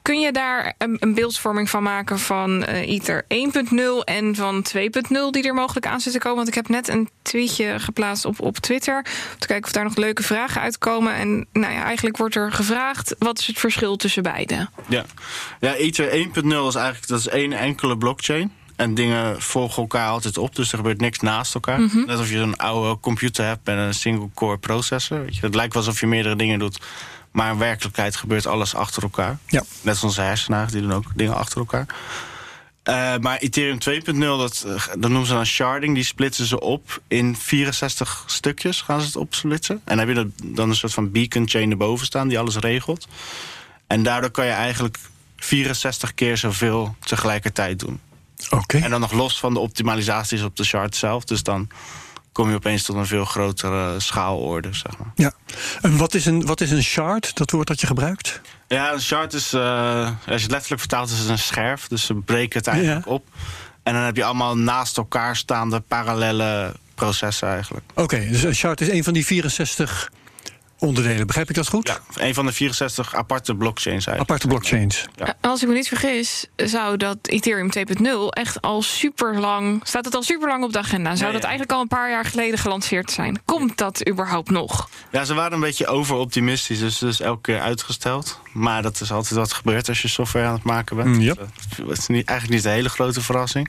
kun je daar een beeldvorming van maken van Ether 1.0 en van 2.0 die er mogelijk aan zit te komen? Want ik heb net een tweetje geplaatst op Twitter om te kijken of daar nog leuke vragen uitkomen. En eigenlijk wordt er gevraagd, wat is het verschil tussen beide? Ja, Ether 1.0 is eigenlijk dat is één enkele blockchain. En dingen volgen elkaar altijd op, dus er gebeurt niks naast elkaar. Net alsof je zo'n oude computer hebt met een single-core processor. Weet je? Het lijkt wel alsof je meerdere dingen doet, maar in werkelijkheid gebeurt alles achter elkaar. Ja. Net als onze hersenen, die doen ook dingen achter elkaar. Maar Ethereum 2.0, dat noemen ze dan sharding. Die splitsen ze op in 64 stukjes, gaan ze het opsplitsen. En dan heb je dan een soort van beacon chain erboven staan die alles regelt. En daardoor kan je eigenlijk 64 keer zoveel tegelijkertijd doen. Okay. En dan nog los van de optimalisaties op de chart zelf. Dus dan kom je opeens tot een veel grotere schaalorde, zeg maar. Ja. En wat is een shard, dat woord dat je gebruikt? Ja, een shard is, als je het letterlijk vertaalt, is het een scherf. Dus ze breken het eigenlijk op. En dan heb je allemaal naast elkaar staande parallele processen eigenlijk. Oké, dus een shard is een van die 64 onderdelen. Begrijp ik dat goed? Ja, een van de 64 aparte blockchains eigenlijk. Aparte blockchains. Ja. Als ik me niet vergis, zou dat Ethereum 2.0 echt al super lang, staat het al super lang op de agenda? Zou dat eigenlijk al een paar jaar geleden gelanceerd zijn? Komt dat überhaupt nog? Ja, ze waren een beetje overoptimistisch, dus elke keer uitgesteld. Maar dat is altijd wat gebeurt als je software aan het maken bent. Yep. Het is eigenlijk niet een hele grote verrassing.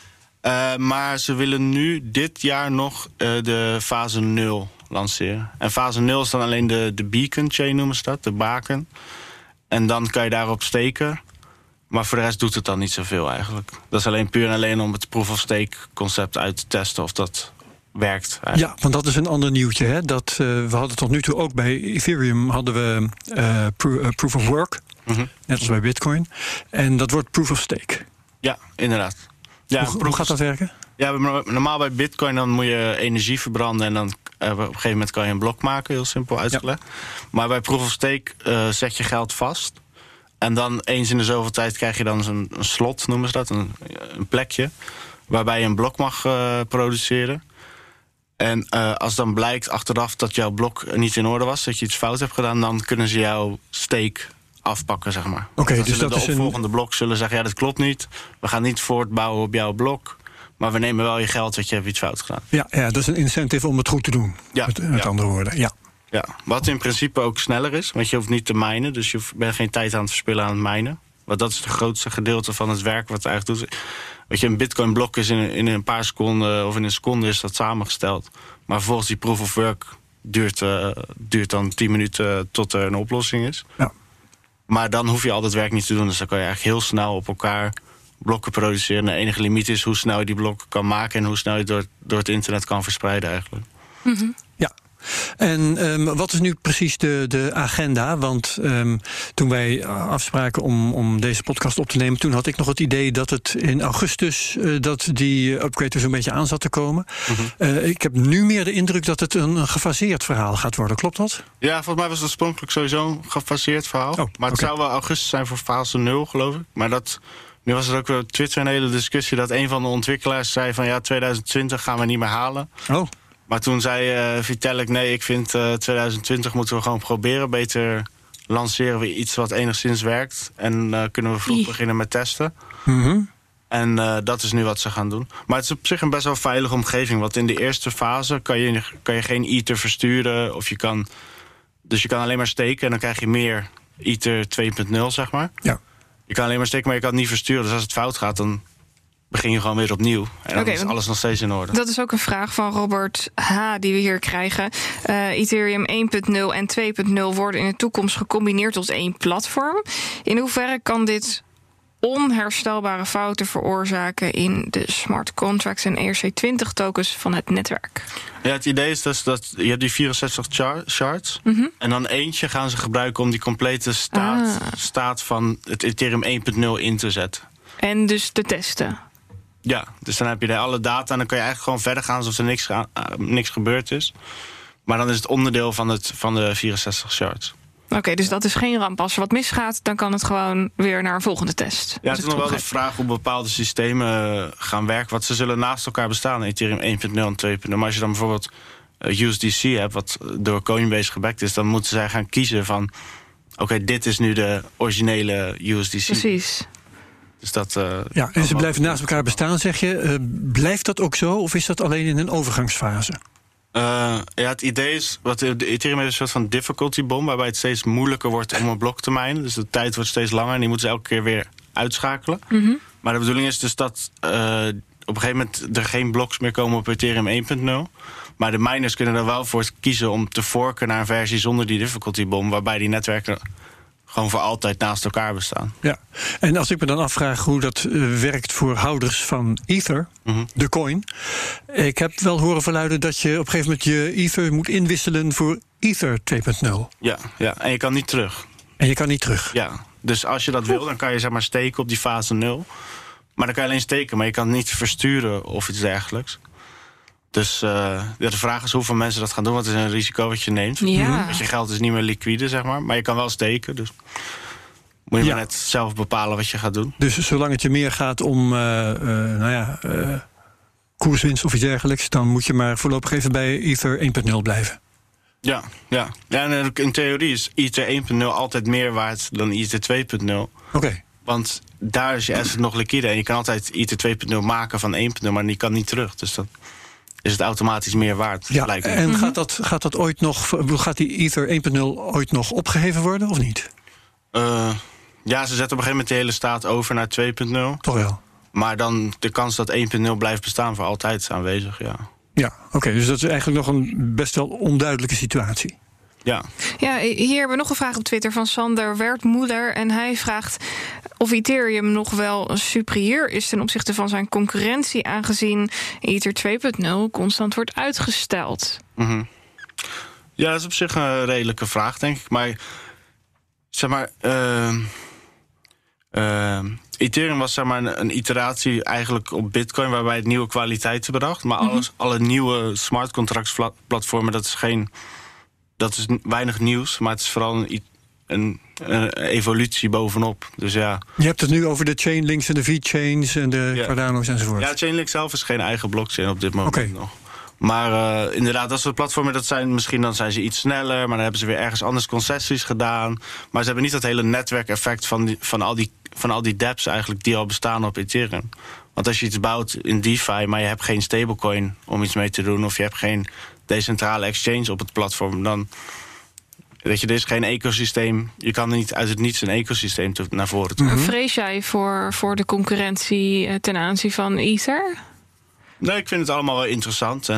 Maar ze willen nu dit jaar nog de fase 0 lanceren. En fase 0 is dan alleen de beacon chain, noemen ze dat, de baken. En dan kan je daarop steken. Maar voor de rest doet het dan niet zoveel eigenlijk. Dat is alleen puur en alleen om het proof-of-stake concept uit te testen of dat werkt. Eigenlijk. Ja, want dat is een ander nieuwtje. Hè? We hadden tot nu toe ook bij Ethereum hadden we proof of work. Net als bij Bitcoin. En dat wordt proof-of-stake. Ja, inderdaad. Ja, hoe gaat dat werken? Ja, normaal bij Bitcoin dan moet je energie verbranden en dan op een gegeven moment kan je een blok maken, heel simpel uitgelegd. Ja. Maar bij Proof of Stake zet je geld vast. En dan eens in de zoveel tijd krijg je dan een slot, noemen ze dat, een plekje, waarbij je een blok mag produceren. En als dan blijkt achteraf dat jouw blok niet in orde was, dat je iets fout hebt gedaan, dan kunnen ze jouw stake afpakken, zeg maar. Oké, dus dat de opvolgende blok zullen zeggen, ja, dat klopt niet. We gaan niet voortbouwen op jouw blok. Maar we nemen wel je geld, want je hebt iets fout gedaan. Ja, dat is een incentive om het goed te doen. Ja, met andere woorden, ja. Wat in principe ook sneller is, want je hoeft niet te minen. Dus je bent geen tijd aan het verspillen aan het minen. Want dat is het grootste gedeelte van het werk wat het eigenlijk doet. Weet je, een Bitcoin-blok is in een paar seconden of in een seconde is dat samengesteld. Maar vervolgens die proof of work duurt dan 10 minuten tot er een oplossing is. Ja. Maar dan hoef je al dat werk niet te doen. Dus dan kan je eigenlijk heel snel op elkaar blokken produceren. De enige limiet is hoe snel je die blokken kan maken en hoe snel je door het internet kan verspreiden eigenlijk. Ja. En wat is nu precies de agenda? Want toen wij afspraken om deze podcast op te nemen, toen had ik nog het idee dat het in augustus dat die upgrade er zo'n beetje aan zat te komen. Ik heb nu meer de indruk dat het een gefaseerd verhaal gaat worden. Klopt dat? Ja, volgens mij was het oorspronkelijk sowieso een gefaseerd verhaal. Maar het zou wel augustus zijn voor fase 0, geloof ik. Maar nu was er ook weer op Twitter een hele discussie dat een van de ontwikkelaars zei van ja, 2020 gaan we niet meer halen. Maar toen zei Vitalik, nee, ik vind 2020 moeten we gewoon proberen. Beter lanceren we iets wat enigszins werkt. En kunnen we vroeg beginnen met testen. En dat is nu wat ze gaan doen. Maar het is op zich een best wel veilige omgeving. Want in de eerste fase kan je geen Ether versturen. Dus je kan alleen maar steken en dan krijg je meer Ether 2.0, zeg maar. Ja. Je kan alleen maar steken, maar je kan het niet versturen. Dus als het fout gaat, dan begin je gewoon weer opnieuw. En dan is alles nog steeds in orde. Dat is ook een vraag van Robert H. die we hier krijgen. Ethereum 1.0 en 2.0 worden in de toekomst gecombineerd tot één platform. In hoeverre kan dit onherstelbare fouten veroorzaken in de smart contracts en ERC20 tokens van het netwerk? Ja, het idee is dus dat je hebt die 64 shards. En dan eentje gaan ze gebruiken om die complete staat van het Ethereum 1.0 in te zetten. En dus te testen. Ja, dus dan heb je alle data en dan kan je eigenlijk gewoon verder gaan alsof er niks gebeurd is. Maar dan is het onderdeel van de 64 shards. Oké, dus dat is geen ramp. Als er wat misgaat, dan kan het gewoon weer naar een volgende test. Ja, het is nog wel de vraag hoe bepaalde systemen gaan werken. Want ze zullen naast elkaar bestaan, Ethereum 1.0 en 2.0. Maar als je dan bijvoorbeeld USDC hebt, wat door Coinbase gebackt is, dan moeten zij gaan kiezen van oké, dit is nu de originele USDC. Precies. Dus dat, en ze blijven naast elkaar bestaan, zeg je. Blijft dat ook zo, of is dat alleen in een overgangsfase? Het idee is, Ethereum heeft een soort van difficulty bomb, waarbij het steeds moeilijker wordt om een blok te mijnen. Dus de tijd wordt steeds langer en die moeten ze elke keer weer uitschakelen. Mm-hmm. Maar de bedoeling is dus dat op een gegeven moment er geen bloks meer komen op Ethereum 1.0. Maar de miners kunnen er wel voor kiezen om te forken naar een versie zonder die difficulty bomb, waarbij die netwerken gewoon voor altijd naast elkaar bestaan. Ja, en als ik me dan afvraag hoe dat werkt voor houders van Ether, de coin. Ik heb wel horen verluiden dat je op een gegeven moment je Ether moet inwisselen voor Ether 2.0. Ja, en je kan niet terug. Ja, dus als je dat wil, dan kan je zeg maar steken op die fase 0. Maar dan kan je alleen steken, maar je kan het niet versturen of iets dergelijks. Dus de vraag is hoeveel mensen dat gaan doen, want het is een risico wat je neemt. Ja. Dus je geld is niet meer liquide, zeg maar je kan wel steken. Dus moet je maar net zelf bepalen wat je gaat doen. Dus zolang het je meer gaat om koerswinst of iets dergelijks, dan moet je maar voorlopig even bij Ether 1.0 blijven. Ja, en in theorie is Ether 1.0 altijd meer waard dan Ether 2.0. Oké. Want daar is je asset nog liquide en je kan altijd Ether 2.0 maken van 1.0, maar die kan niet terug. Dus dan is het automatisch meer waard. Ja, en gaat dat ooit nog, gaat die Ether 1.0 ooit nog opgeheven worden of niet? Ja, ze zetten op een gegeven moment de hele staat over naar 2.0. Toch wel. Maar dan de kans dat 1.0 blijft bestaan voor altijd is aanwezig, ja. Ja, oké, dus dat is eigenlijk nog een best wel onduidelijke situatie. Ja, hier hebben we nog een vraag op Twitter van Sander Wertmoeder. En hij vraagt of Ethereum nog wel superieur is ten opzichte van zijn concurrentie, aangezien Ether 2.0 constant wordt uitgesteld. Mm-hmm. Ja, dat is op zich een redelijke vraag, denk ik. Maar zeg maar, Ethereum was zeg maar een iteratie eigenlijk op Bitcoin, waarbij het nieuwe kwaliteiten bracht. Maar alle nieuwe smart contracts platformen, dat is weinig nieuws, maar het is vooral een evolutie bovenop. Dus ja. Je hebt het nu over de Chainlinks en de V-Chains en de Cardano's enzovoort. Ja, Chainlink zelf is geen eigen blockchain op dit moment nog. Maar inderdaad, dat soort platformen, dan zijn ze iets sneller, maar dan hebben ze weer ergens anders concessies gedaan. Maar ze hebben niet dat hele netwerkeffect van al die dApps eigenlijk die al bestaan op Ethereum. Want als je iets bouwt in DeFi, maar je hebt geen stablecoin om iets mee te doen, of je hebt geen decentrale exchange op het platform, dan weet je, er is geen ecosysteem. Je kan niet uit het niets een ecosysteem naar voren toe. Vrees jij voor de concurrentie ten aanzien van Ether? Nee, ik vind het allemaal wel interessant.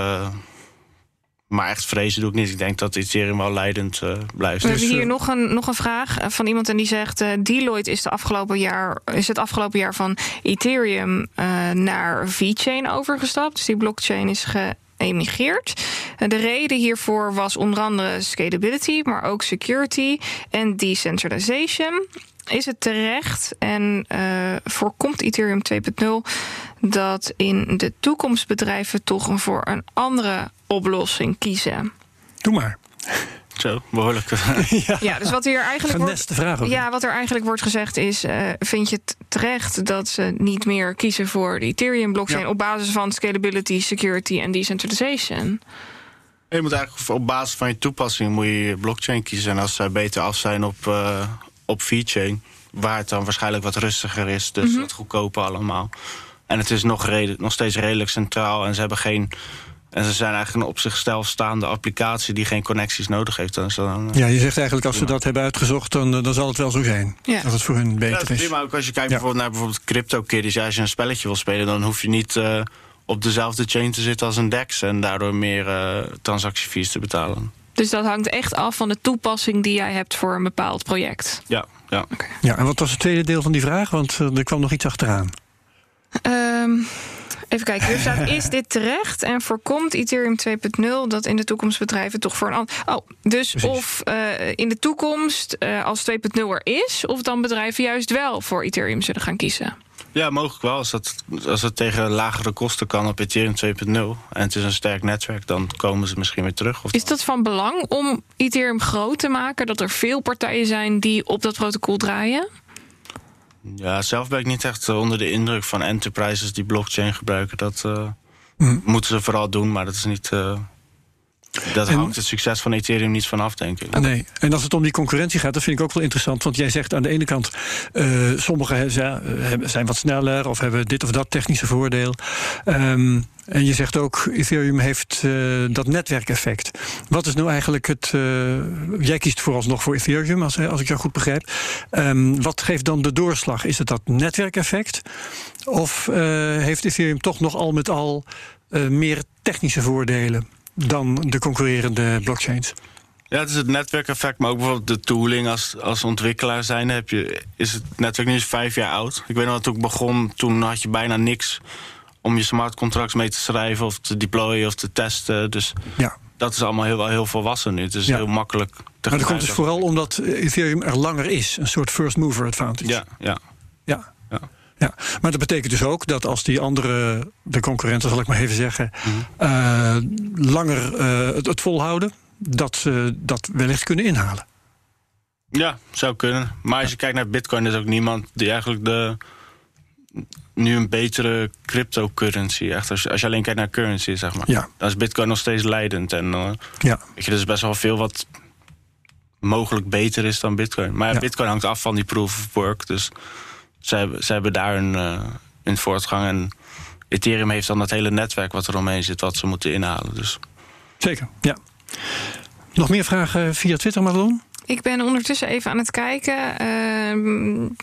Maar echt vrezen doe ik niet. Ik denk dat Ethereum wel leidend blijft. We hebben hier nog een vraag van iemand en die zegt: Deloitte is het afgelopen jaar van Ethereum naar VeChain overgestapt. Dus die blockchain is geëmigreerd. De reden hiervoor was onder andere scalability, maar ook security en decentralization. Is het terecht en voorkomt Ethereum 2.0 dat in de toekomst bedrijven toch voor een andere oplossing kiezen? Doe maar. Zo, behoorlijk. Ja, dus wat hier eigenlijk wordt gezegd is: vind je het terecht dat ze niet meer kiezen voor de Ethereum-blockchain op basis van scalability, security en decentralization? Je moet eigenlijk op basis van je toepassing moet je blockchain kiezen. En als zij beter af zijn op VeChain, waar het dan waarschijnlijk wat rustiger is, dus wat goedkoper allemaal. En het is nog steeds redelijk centraal en ze zijn eigenlijk een op zichzelf staande applicatie die geen connecties nodig heeft. Ja, je zegt eigenlijk als ze dat hebben uitgezocht, dan zal het wel zo zijn. Ja. Dat het voor hun beter is. Prima, ook als je kijkt bijvoorbeeld naar CryptoKitties. Als je een spelletje wil spelen, dan hoef je niet op dezelfde chain te zitten als een DEX en daardoor meer transactiefees te betalen. Dus dat hangt echt af van de toepassing die jij hebt voor een bepaald project? Ja. Okay. Ja, en wat was het tweede deel van die vraag? Want er kwam nog iets achteraan. Even kijken, hier staat: is dit terecht en voorkomt Ethereum 2.0 dat in de toekomst bedrijven toch voor een ander... Precies. Of in de toekomst, als 2.0 er is, of dan bedrijven juist wel voor Ethereum zullen gaan kiezen? Ja, mogelijk wel. Als het tegen lagere kosten kan op Ethereum 2.0 en het is een sterk netwerk, dan komen ze misschien weer terug. Is dat van belang om Ethereum groot te maken, dat er veel partijen zijn die op dat protocol draaien? Ja, zelf ben ik niet echt onder de indruk van enterprises die blockchain gebruiken. Dat moeten ze vooral doen, maar dat is niet Dat hangt het succes van Ethereum niet vanaf, denk ik. Nee, en als het om die concurrentie gaat, dat vind ik ook wel interessant. Want jij zegt aan de ene kant, sommigen zijn wat sneller of hebben dit of dat technische voordeel. En je zegt ook, Ethereum heeft dat netwerkeffect. Wat is nou eigenlijk het... jij kiest vooralsnog voor Ethereum, als ik jou goed begrijp. Wat geeft dan de doorslag? Is het dat netwerkeffect? Of heeft Ethereum toch nog al met al meer technische voordelen dan de concurrerende blockchains? Ja, het is het netwerkeffect, maar ook bijvoorbeeld de tooling. Als ontwikkelaar zijn is het netwerk nu 5 jaar oud. Ik weet nog dat toen ik begon, toen had je bijna niks om je smart contracts mee te schrijven of te deployen of te testen. Dus dat is allemaal heel volwassen nu. Het is heel makkelijk te gebruiken. Maar dat komt dus vooral omdat Ethereum er langer is. Een soort first mover advantage. Ja, maar dat betekent dus ook dat als die andere, de concurrenten zal ik maar even zeggen, langer het volhouden, dat ze dat wellicht kunnen inhalen. Ja, zou kunnen. Maar als je kijkt naar Bitcoin, is ook niemand die eigenlijk nu een betere cryptocurrency. Echt, als je alleen kijkt naar currency, zeg maar. Dan is Bitcoin nog steeds leidend. En weet je, er is best wel veel wat mogelijk beter is dan Bitcoin. Maar Bitcoin hangt af van die proof of work. Dus zij hebben daar een voortgang. En Ethereum heeft dan dat hele netwerk wat er omheen zit, wat ze moeten inhalen. Dus. Zeker, ja. Nog meer vragen via Twitter, Madelon? Ik ben ondertussen even aan het kijken.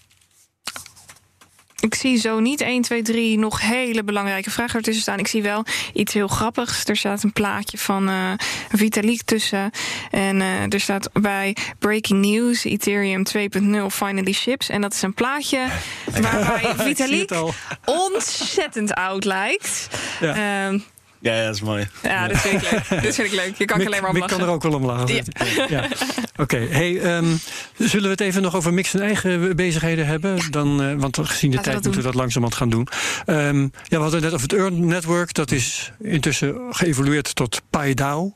Ik zie zo niet 1, 2, 3 nog hele belangrijke vragen ertussen staan. Ik zie wel iets heel grappigs. Er staat een plaatje van Vitalik tussen. En er staat bij Breaking News, Ethereum 2.0 finally ships. En dat is een plaatje waarbij Vitalik ontzettend oud lijkt. Ja. Ja, dat is mooi. Ja, dat vind ik leuk. Dat vind ik leuk. Je kan alleen maar om lachen. Ik kan er ook wel om lachen. Ja. Oké. Hey, zullen we het even nog over Mix en eigen bezigheden hebben? Want gezien de tijd moeten we dat langzamerhand gaan doen. We hadden net over het Earn Network. Dat is intussen geëvolueerd tot PaiDAO.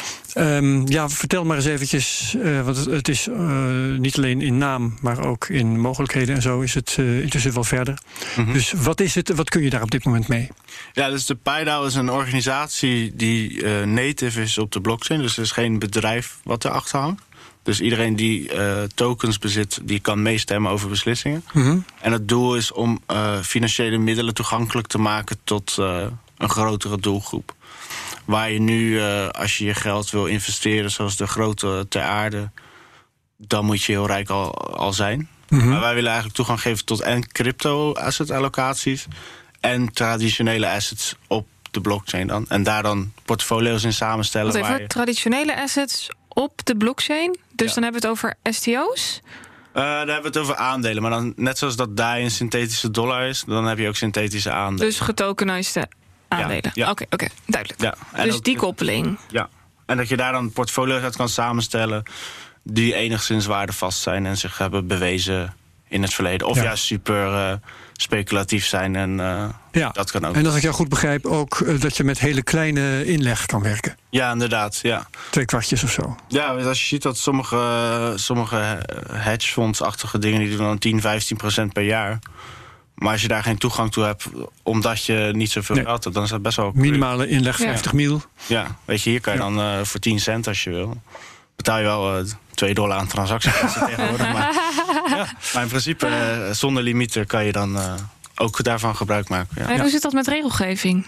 Vertel maar eens eventjes, want het is niet alleen in naam, maar ook in mogelijkheden en zo is het intussen wel verder. Dus wat is het? Wat kun je daar op dit moment mee? Ja, dus de PaiDAO is een organisatie die native is op de blockchain. Dus er is geen bedrijf wat erachter hangt. Dus iedereen die tokens bezit, die kan meestemmen over beslissingen. En het doel is om financiële middelen toegankelijk te maken tot een grotere doelgroep. Waar je nu, als je je geld wil investeren, zoals de grote ter aarde, dan moet je heel rijk al zijn. Maar wij willen eigenlijk toegang geven tot en crypto-asset allocaties en traditionele assets op de blockchain dan. En daar dan portfolio's in samenstellen. Wat even, traditionele assets op de blockchain? Dus dan hebben we het over STO's? Dan hebben we het over aandelen. Maar dan, net zoals dat DAI een synthetische dollar is, dan heb je ook synthetische aandelen. Dus getokenized aandelen. Ja. Oké, duidelijk. Ja, dus die koppeling. Ja, en dat je daar dan portfolio's uit kan samenstellen die enigszins waardevast zijn en zich hebben bewezen in het verleden. Of juist super speculatief zijn en dat kan ook. En als ik jou goed begrijp, ook dat je met hele kleine inleg kan werken. Ja, inderdaad. Ja. 2 kwartjes of zo. Ja, als je ziet dat sommige hedgefondsachtige dingen, die doen dan 10-15% per jaar. Maar als je daar geen toegang toe hebt, omdat je niet zoveel geld hebt, dan is dat best wel... Minimale inleg 50 mil. Ja, weet je, hier kan je dan voor 10 cent als je wil. Betaal je wel $2 aan transactiekosten tegenwoordig. Maar in principe, zonder limieten kan je dan ook daarvan gebruik maken. Ja. En hoe zit dat met regelgeving?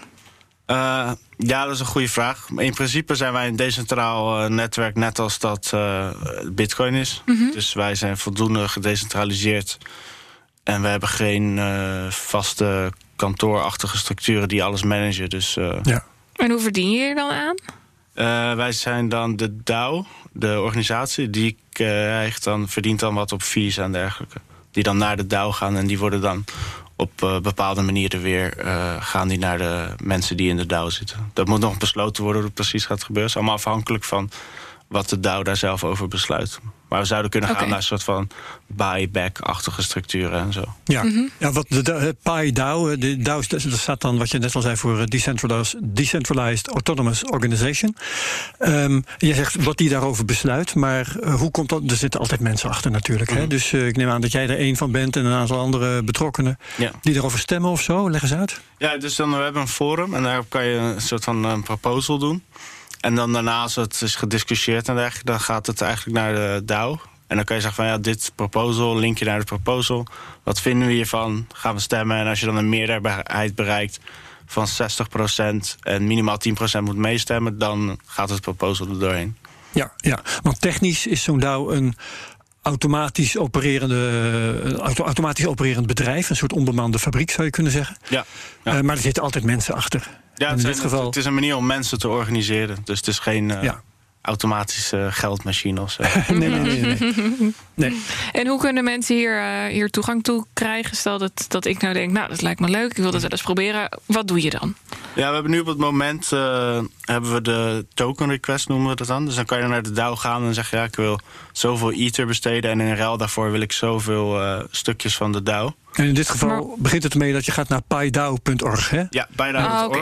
Dat is een goede vraag. In principe zijn wij een decentraal netwerk, net als dat Bitcoin is. Dus wij zijn voldoende gedecentraliseerd. En we hebben geen vaste kantoorachtige structuren die alles managen. Dus, En hoe verdien je er dan aan? Wij zijn dan de DAO, de organisatie. Die verdient dan wat op fees en dergelijke. Die dan naar de DAO gaan en die worden dan op bepaalde manieren weer gaan die naar de mensen die in de DAO zitten. Dat moet nog besloten worden hoe het precies gaat gebeuren. Het is allemaal afhankelijk van wat de DAO daar zelf over besluit. Maar we zouden kunnen gaan naar een soort van buyback-achtige structuren en zo. Ja, wat de PaiDAO, de DAO, dat staat dan, wat je net al zei, voor Decentralized Autonomous Organization. Je zegt wat die daarover besluit, maar hoe komt dat? Er zitten altijd mensen achter natuurlijk. Hè? Dus ik neem aan dat jij er één van bent en een aantal andere betrokkenen die daarover stemmen of zo. Leg eens uit. Ja, dus dan we hebben een forum en daar kan je een soort van proposal doen. En dan daarna, als het is gediscussieerd en dergelijke, dan gaat het eigenlijk naar de DAO. En dan kan je zeggen van ja, dit proposal, link je naar de proposal. Wat vinden we hiervan? Gaan we stemmen? En als je dan een meerderheid bereikt van 60% en minimaal 10% moet meestemmen, dan gaat het proposal er doorheen. Ja, want technisch is zo'n DAO een automatisch opererend bedrijf, een soort onbemande fabriek zou je kunnen zeggen. Ja. Maar er zitten altijd mensen achter. Ja, het is een manier om mensen te organiseren. Dus het is geen automatische geldmachine of zo. Nee. En hoe kunnen mensen hier toegang toe krijgen? Stel dat ik nou denk, nou, dat lijkt me leuk, ik wil dat wel eens proberen. Wat doe je dan? Ja, we hebben nu op het moment hebben we de token request, noemen we dat dan. Dus dan kan je naar de DAO gaan en zeggen, ja, ik wil zoveel Ether besteden en in ruil daarvoor wil ik zoveel stukjes van de DAO. En in dit geval begint het ermee dat je gaat naar paidao.org, hè? Ja, paidao.org.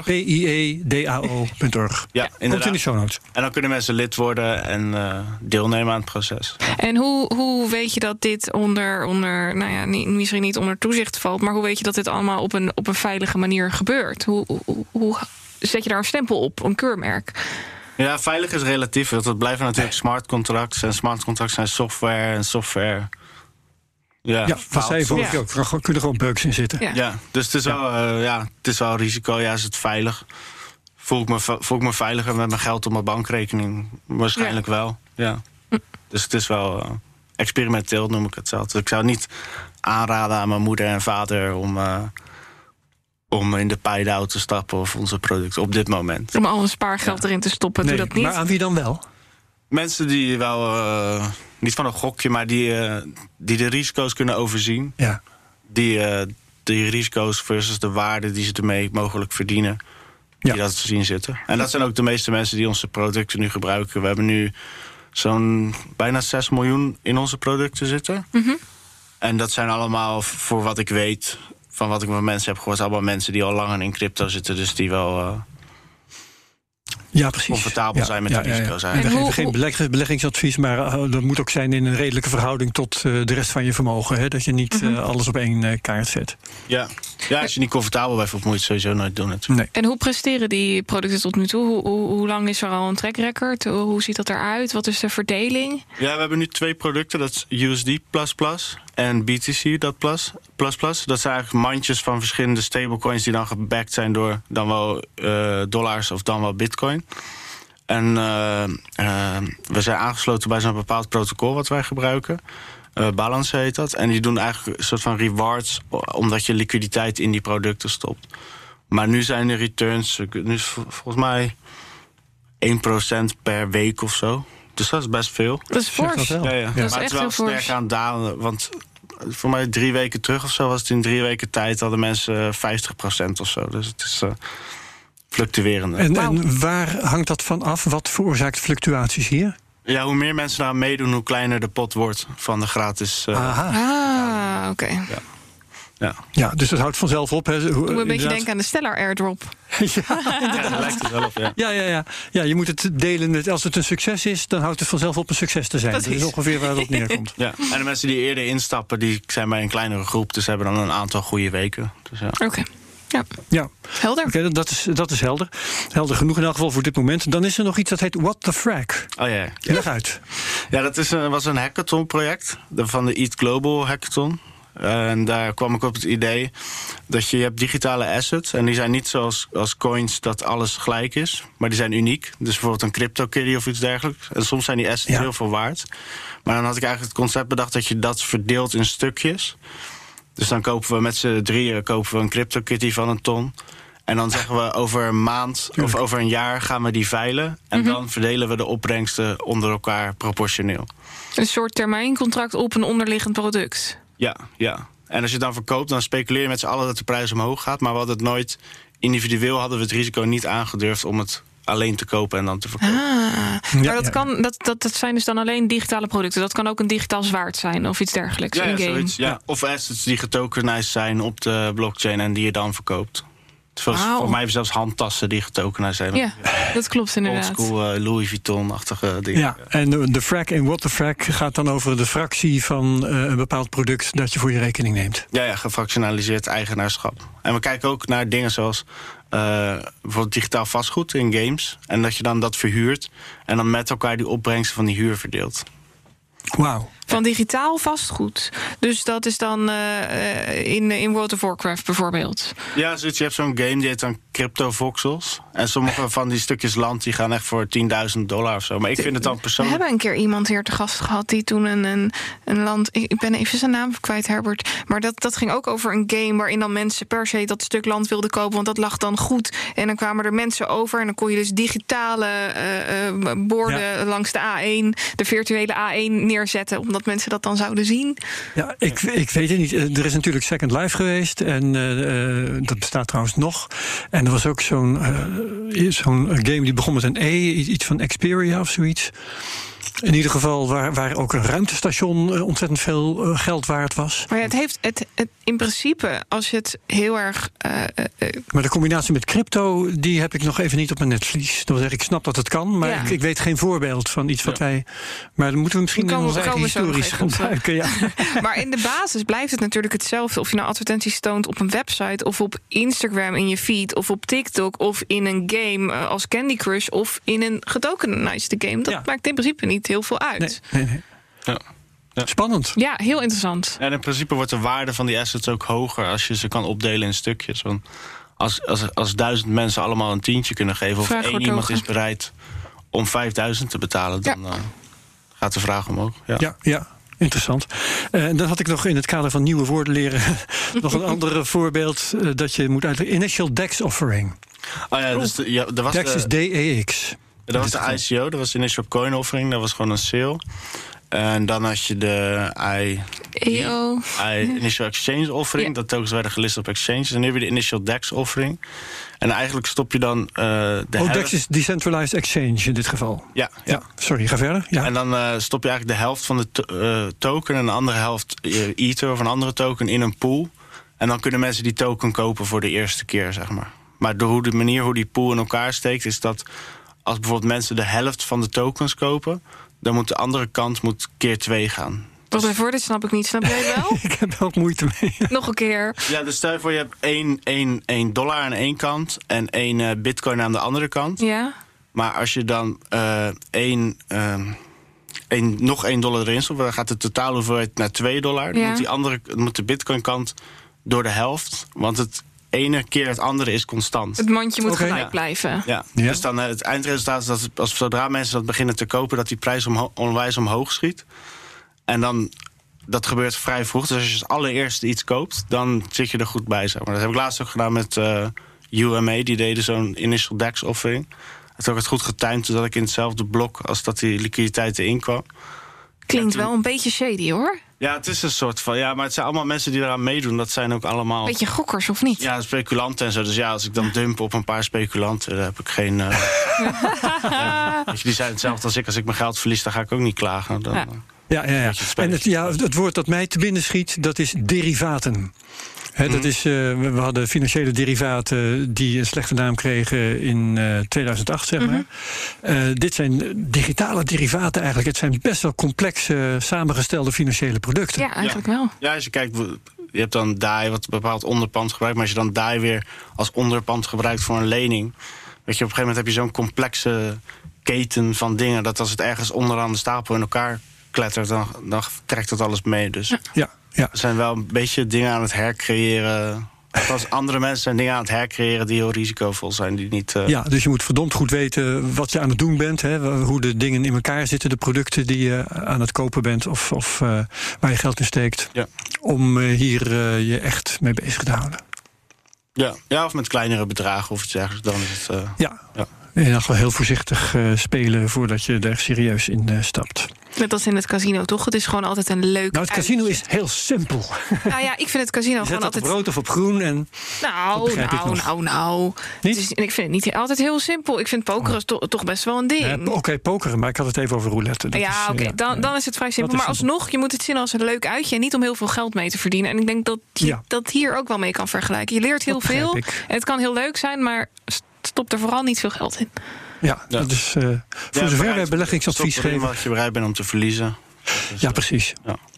PIEDAO.org. Ja, inderdaad. Komt in de show notes. En dan kunnen mensen lid worden en deelnemen aan het proces. En hoe weet je dat dit misschien niet onder toezicht valt, maar hoe weet je dat dit allemaal op een veilige manier gebeurt? Hoe zet je daar een stempel op, een keurmerk? Ja, veilig is relatief. Dat blijven natuurlijk smart contracts. En smart contracts zijn software en software. Ja, dat zei je vorige keer ook. Er kunnen gewoon bugs in zitten. Ja, dus het is wel risico. Ja, is het veilig? Voel ik me veiliger met mijn geld op mijn bankrekening? Waarschijnlijk wel, ja. Dus het is wel experimenteel, noem ik het zelf. Dus ik zou het niet aanraden aan mijn moeder en vader om in de PaiDAO te stappen of onze producten op dit moment. Om al een spaargeld erin te stoppen, doe dat niet. Maar aan wie dan wel? Mensen die wel, niet van een gokje, maar die de risico's kunnen overzien. Ja. Die risico's versus de waarde die ze ermee mogelijk verdienen. Die dat te zien zitten. En dat zijn ook de meeste mensen die onze producten nu gebruiken. We hebben nu zo'n bijna 6 miljoen in onze producten zitten. Mm-hmm. En dat zijn allemaal, voor wat ik weet, van wat ik met mensen heb gehoord, allemaal mensen die al langer in crypto zitten. Dus die wel comfortabel zijn met de risico's. En we geven geen beleggingsadvies, maar dat moet ook zijn in een redelijke verhouding tot de rest van je vermogen. Hè? Dat je niet alles op één kaart zet. Ja, als je niet comfortabel bent, moet je het sowieso nooit doen. Nee. En hoe presteren die producten tot nu toe? Hoe lang is er al een track record? Hoe ziet dat eruit? Wat is de verdeling? Ja, we hebben nu 2 producten. Dat is USD++ en BTC. Dat zijn eigenlijk mandjes van verschillende stablecoins die dan gebacked zijn door dan wel dollars of dan wel bitcoin. En we zijn aangesloten bij zo'n bepaald protocol wat wij gebruiken. Balance heet dat. En die doen eigenlijk een soort van rewards, omdat je liquiditeit in die producten stopt. Maar nu zijn de returns, volgens mij 1% per week of zo. Dus dat is best veel. Dat is fors. Ja. Dat maar het is wel sterk aan het dalen. Want voor mij 3 weken terug of zo was het in 3 weken tijd hadden mensen 50% of zo. Dus het is fluctuerend. En waar hangt dat van af? Wat veroorzaakt fluctuaties hier? Ja, hoe meer mensen daar meedoen, hoe kleiner de pot wordt van de gratis. Oké. Ja, dus dat houdt vanzelf op. Hè. Doe een beetje denken aan de Stellar airdrop. Dat lijkt het wel op, Ja, je moet het delen. Als het een succes is, dan houdt het vanzelf op een succes te zijn. Dat is ongeveer waar het op neerkomt. Ja. En de mensen die eerder instappen, die zijn bij een kleinere groep. Dus hebben dan een aantal goede weken. Dus Oké. Ja. Helder. Oké, dat is helder. Helder genoeg in elk geval voor dit moment. Dan is er nog iets dat heet What the Frack. Oh ja. Leg uit. Ja, dat was een hackathon-project van de Eat Global Hackathon. En daar kwam ik op het idee dat je hebt digitale assets. En die zijn niet zoals als coins dat alles gelijk is. Maar die zijn uniek. Dus bijvoorbeeld een CryptoKitty of iets dergelijks. En soms zijn die assets heel veel waard. Maar dan had ik eigenlijk het concept bedacht dat je dat verdeelt in stukjes. Dus dan kopen we met z'n 3 een CryptoKitty van 1 ton. En dan zeggen we over een maand of over een jaar gaan we die veilen. En dan verdelen we de opbrengsten onder elkaar proportioneel. Een soort termijncontract op een onderliggend product. Ja. En als je het dan verkoopt, dan speculeer je met z'n allen dat de prijs omhoog gaat. Maar we hadden het nooit individueel, hadden we het risico niet aangedurfd om het alleen te kopen en dan te verkopen. Maar dat zijn dus dan alleen digitale producten. Dat kan ook een digitaal zwaard zijn of iets dergelijks. Ja, zoiets. Ja. Of assets die getokenized zijn op de blockchain en die je dan verkoopt. Voor mij hebben we zelfs handtassen die getokenized zijn. Ja, dat klopt inderdaad. Oldschool Louis Vuitton-achtige dingen. Ja, en de frac en what the frac gaat dan over de fractie van een bepaald product dat je voor je rekening neemt. Ja, gefractionaliseerd eigenaarschap. En we kijken ook naar dingen zoals bijvoorbeeld digitaal vastgoed in games. En dat je dan dat verhuurt en dan met elkaar die opbrengsten van die huur verdeelt. Wauw. Van digitaal vastgoed. Dus dat is dan in World of Warcraft bijvoorbeeld. Ja, je hebt zo'n game die heet dan Crypto Voxels. En sommige van die stukjes land die gaan echt voor $10.000 of zo. Maar ik vind het dan persoonlijk... We hebben een keer iemand hier te gast gehad die toen een land... Ik ben even zijn naam kwijt, Herbert. Maar dat ging ook over een game waarin dan mensen per se dat stuk land wilden kopen, want dat lag dan goed. En dan kwamen er mensen over en dan kon je dus digitale borden langs de A1, de virtuele A1 neerzetten, omdat mensen dat dan zouden zien. Ja, ik weet het niet. Er is natuurlijk Second Life geweest en dat bestaat trouwens nog. En er was ook zo'n game die begon met een E, iets van Xperia of zoiets. In ieder geval waar ook een ruimtestation ontzettend veel geld waard was. Maar ja, het heeft het in principe, als je het heel erg... Maar de combinatie met crypto, die heb ik nog even niet op mijn netvlies. Dat wil zeggen, ik snap dat het kan, maar ik weet geen voorbeeld van iets wat wij... Maar dan moeten we misschien in onze eigen historisch gaan duiken. Ja. Maar in de basis blijft het natuurlijk hetzelfde. Of je nou advertenties toont op een website, of op Instagram in je feed, of op TikTok, of in een game als Candy Crush, of in een getokenized game. Dat maakt in principe niet heel veel uit. Nee. Ja. Spannend. Ja, heel interessant. En in principe wordt de waarde van die assets ook hoger als je ze kan opdelen in stukjes. Want als 1000 mensen allemaal een tientje kunnen geven, of één iemand is bereid om 5000 te betalen, dan gaat de vraag omhoog. Ja. Interessant. Dan had ik nog in het kader van nieuwe woorden leren nog een ander voorbeeld dat je moet uitleggen. Initial DEX offering. Oh ja, dus DEX is DEX. Dat was de ICO, dat was de Initial Coin Offering, dat was gewoon een sale. En dan had je de Initial Exchange Offering. Dat tokens werden gelist op exchanges. En nu weer de Initial DEX Offering. En eigenlijk stop je dan DEX is Decentralized Exchange in dit geval. Ja. Sorry, ga verder. Ja. En dan stop je eigenlijk de helft van de token en de andere helft Ether of een andere token in een pool. En dan kunnen mensen die token kopen voor de eerste keer, zeg maar. Maar de manier hoe die pool in elkaar steekt is dat als bijvoorbeeld mensen de helft van de tokens kopen, dan moet de andere kant keer 2 gaan. Wat daarvoor, dit snap ik niet. Snap jij wel? Ik heb er ook moeite mee. Nog een keer. Ja, dus stel je voor, je hebt $1 aan één kant en 1 bitcoin aan de andere kant. Ja. Maar als je dan nog $1 erin stopt, dan gaat de totale hoeveelheid naar $2. Dan moet de bitcoin kant door de helft, want het ene keer het andere is constant. Het mandje moet gelijk blijven. Ja. Dus dan het eindresultaat is dat zodra mensen dat beginnen te kopen, dat die prijs onwijs omhoog schiet. En dan, dat gebeurt vrij vroeg. Dus als je als allereerste iets koopt, dan zit je er goed bij. Zeg maar. Dat heb ik laatst ook gedaan met UMA. Die deden zo'n Initial DEX offering. Het ook het goed getimed, zodat ik in hetzelfde blok als dat die liquiditeit erin kwam. Klinkt wel een beetje shady, hoor. Ja, het is een soort van... Ja, maar het zijn allemaal mensen die eraan meedoen. Dat zijn ook allemaal... Beetje gokkers, of niet? Ja, speculanten en zo. Dus ja, als ik dan dump op een paar speculanten, dan heb ik geen... die zijn hetzelfde als ik. Als ik mijn geld verlies, dan ga ik ook niet klagen. Dan, Ja. En het woord dat mij te binnen schiet, dat is derivaten. Dat is, we hadden financiële derivaten die een slechte naam kregen in 2008, zeg maar. Dit zijn digitale derivaten eigenlijk. Het zijn best wel complexe, samengestelde financiële producten. Ja, eigenlijk wel. Ja, als je kijkt, je hebt dan DAI, wat een bepaald onderpand gebruikt. Maar als je dan DAI weer als onderpand gebruikt voor een lening, weet je, op een gegeven moment heb je zo'n complexe keten van dingen, dat als het ergens onderaan de stapel in elkaar klettert, dan trekt dat alles mee. Dus ja. Er zijn wel een beetje dingen aan het hercreëren. Als andere mensen zijn dingen aan het hercreëren die heel risicovol zijn. Die niet, Ja, dus je moet verdomd goed weten wat je aan het doen bent. Hoe de dingen in elkaar zitten, de producten die je aan het kopen bent of waar je geld in steekt. Ja. Om hier je echt mee bezig te houden. Ja, of met kleinere bedragen of iets dergelijks. Dan is het, ja. In ieder geval heel voorzichtig spelen voordat je er serieus in stapt. Net als in het casino, toch? Het is gewoon altijd een leuk... Nou, het casino is heel simpel. Nou ja, ik vind het casino gewoon altijd... op rood of op groen en... Nou. Niet? Ik vind het niet altijd heel simpel. Ik vind pokeren toch best wel een ding. Oké, pokeren, maar ik had het even over roulette. Dan is het vrij simpel. Maar alsnog, je moet het zien als een leuk uitje en niet om heel veel geld mee te verdienen. En ik denk dat je dat hier ook wel mee kan vergelijken. Je leert heel veel en het kan heel leuk zijn, maar stop er vooral niet veel geld in. Ja, dat is voor zover wij beleggingsadvies geven. Wat je bereid bent om te verliezen. Ja, precies.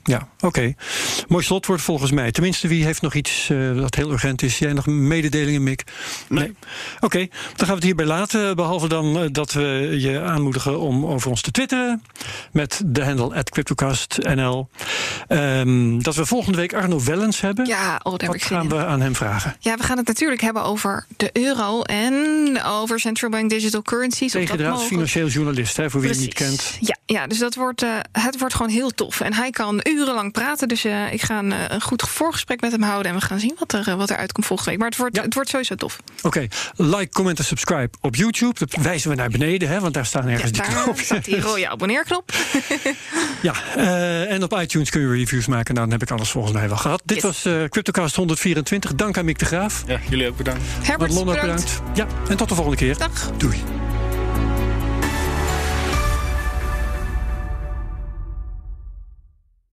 Ja, oké. Mooi slotwoord volgens mij. Tenminste, wie heeft nog iets dat heel urgent is? Jij nog mededelingen, Mick? Nee. Oké, dan gaan we het hierbij laten. Behalve dan dat we je aanmoedigen om over ons te twitteren met de handle @cryptocastnl. Dat we volgende week Arno Wellens hebben. Ja, daar heb ik zin in. Wat gaan we aan hem vragen? Ja, we gaan het natuurlijk hebben over de euro en over central bank digital currencies. Tegendraads financieel journalist, hè, voor wie je niet kent. Ja, dus het wordt gewoon heel tof. En hij kan urenlang praten, dus ik ga een goed voorgesprek met hem houden. En we gaan zien wat er uitkomt volgende week. Maar het wordt sowieso tof. Oké, like, comment en subscribe op YouTube. Dat wijzen we naar beneden, hè, want daar staan ergens die knopjes. Daar staat die rode abonneerknop. Ja, en op iTunes kun je reviews maken. Nou, dan heb ik alles volgens mij wel gehad. Dit was CryptoCast 124. Dank aan Mick de Graaf. Ja, jullie ook bedankt. Herbert, bedankt. Ja, en tot de volgende keer. Dag. Doei.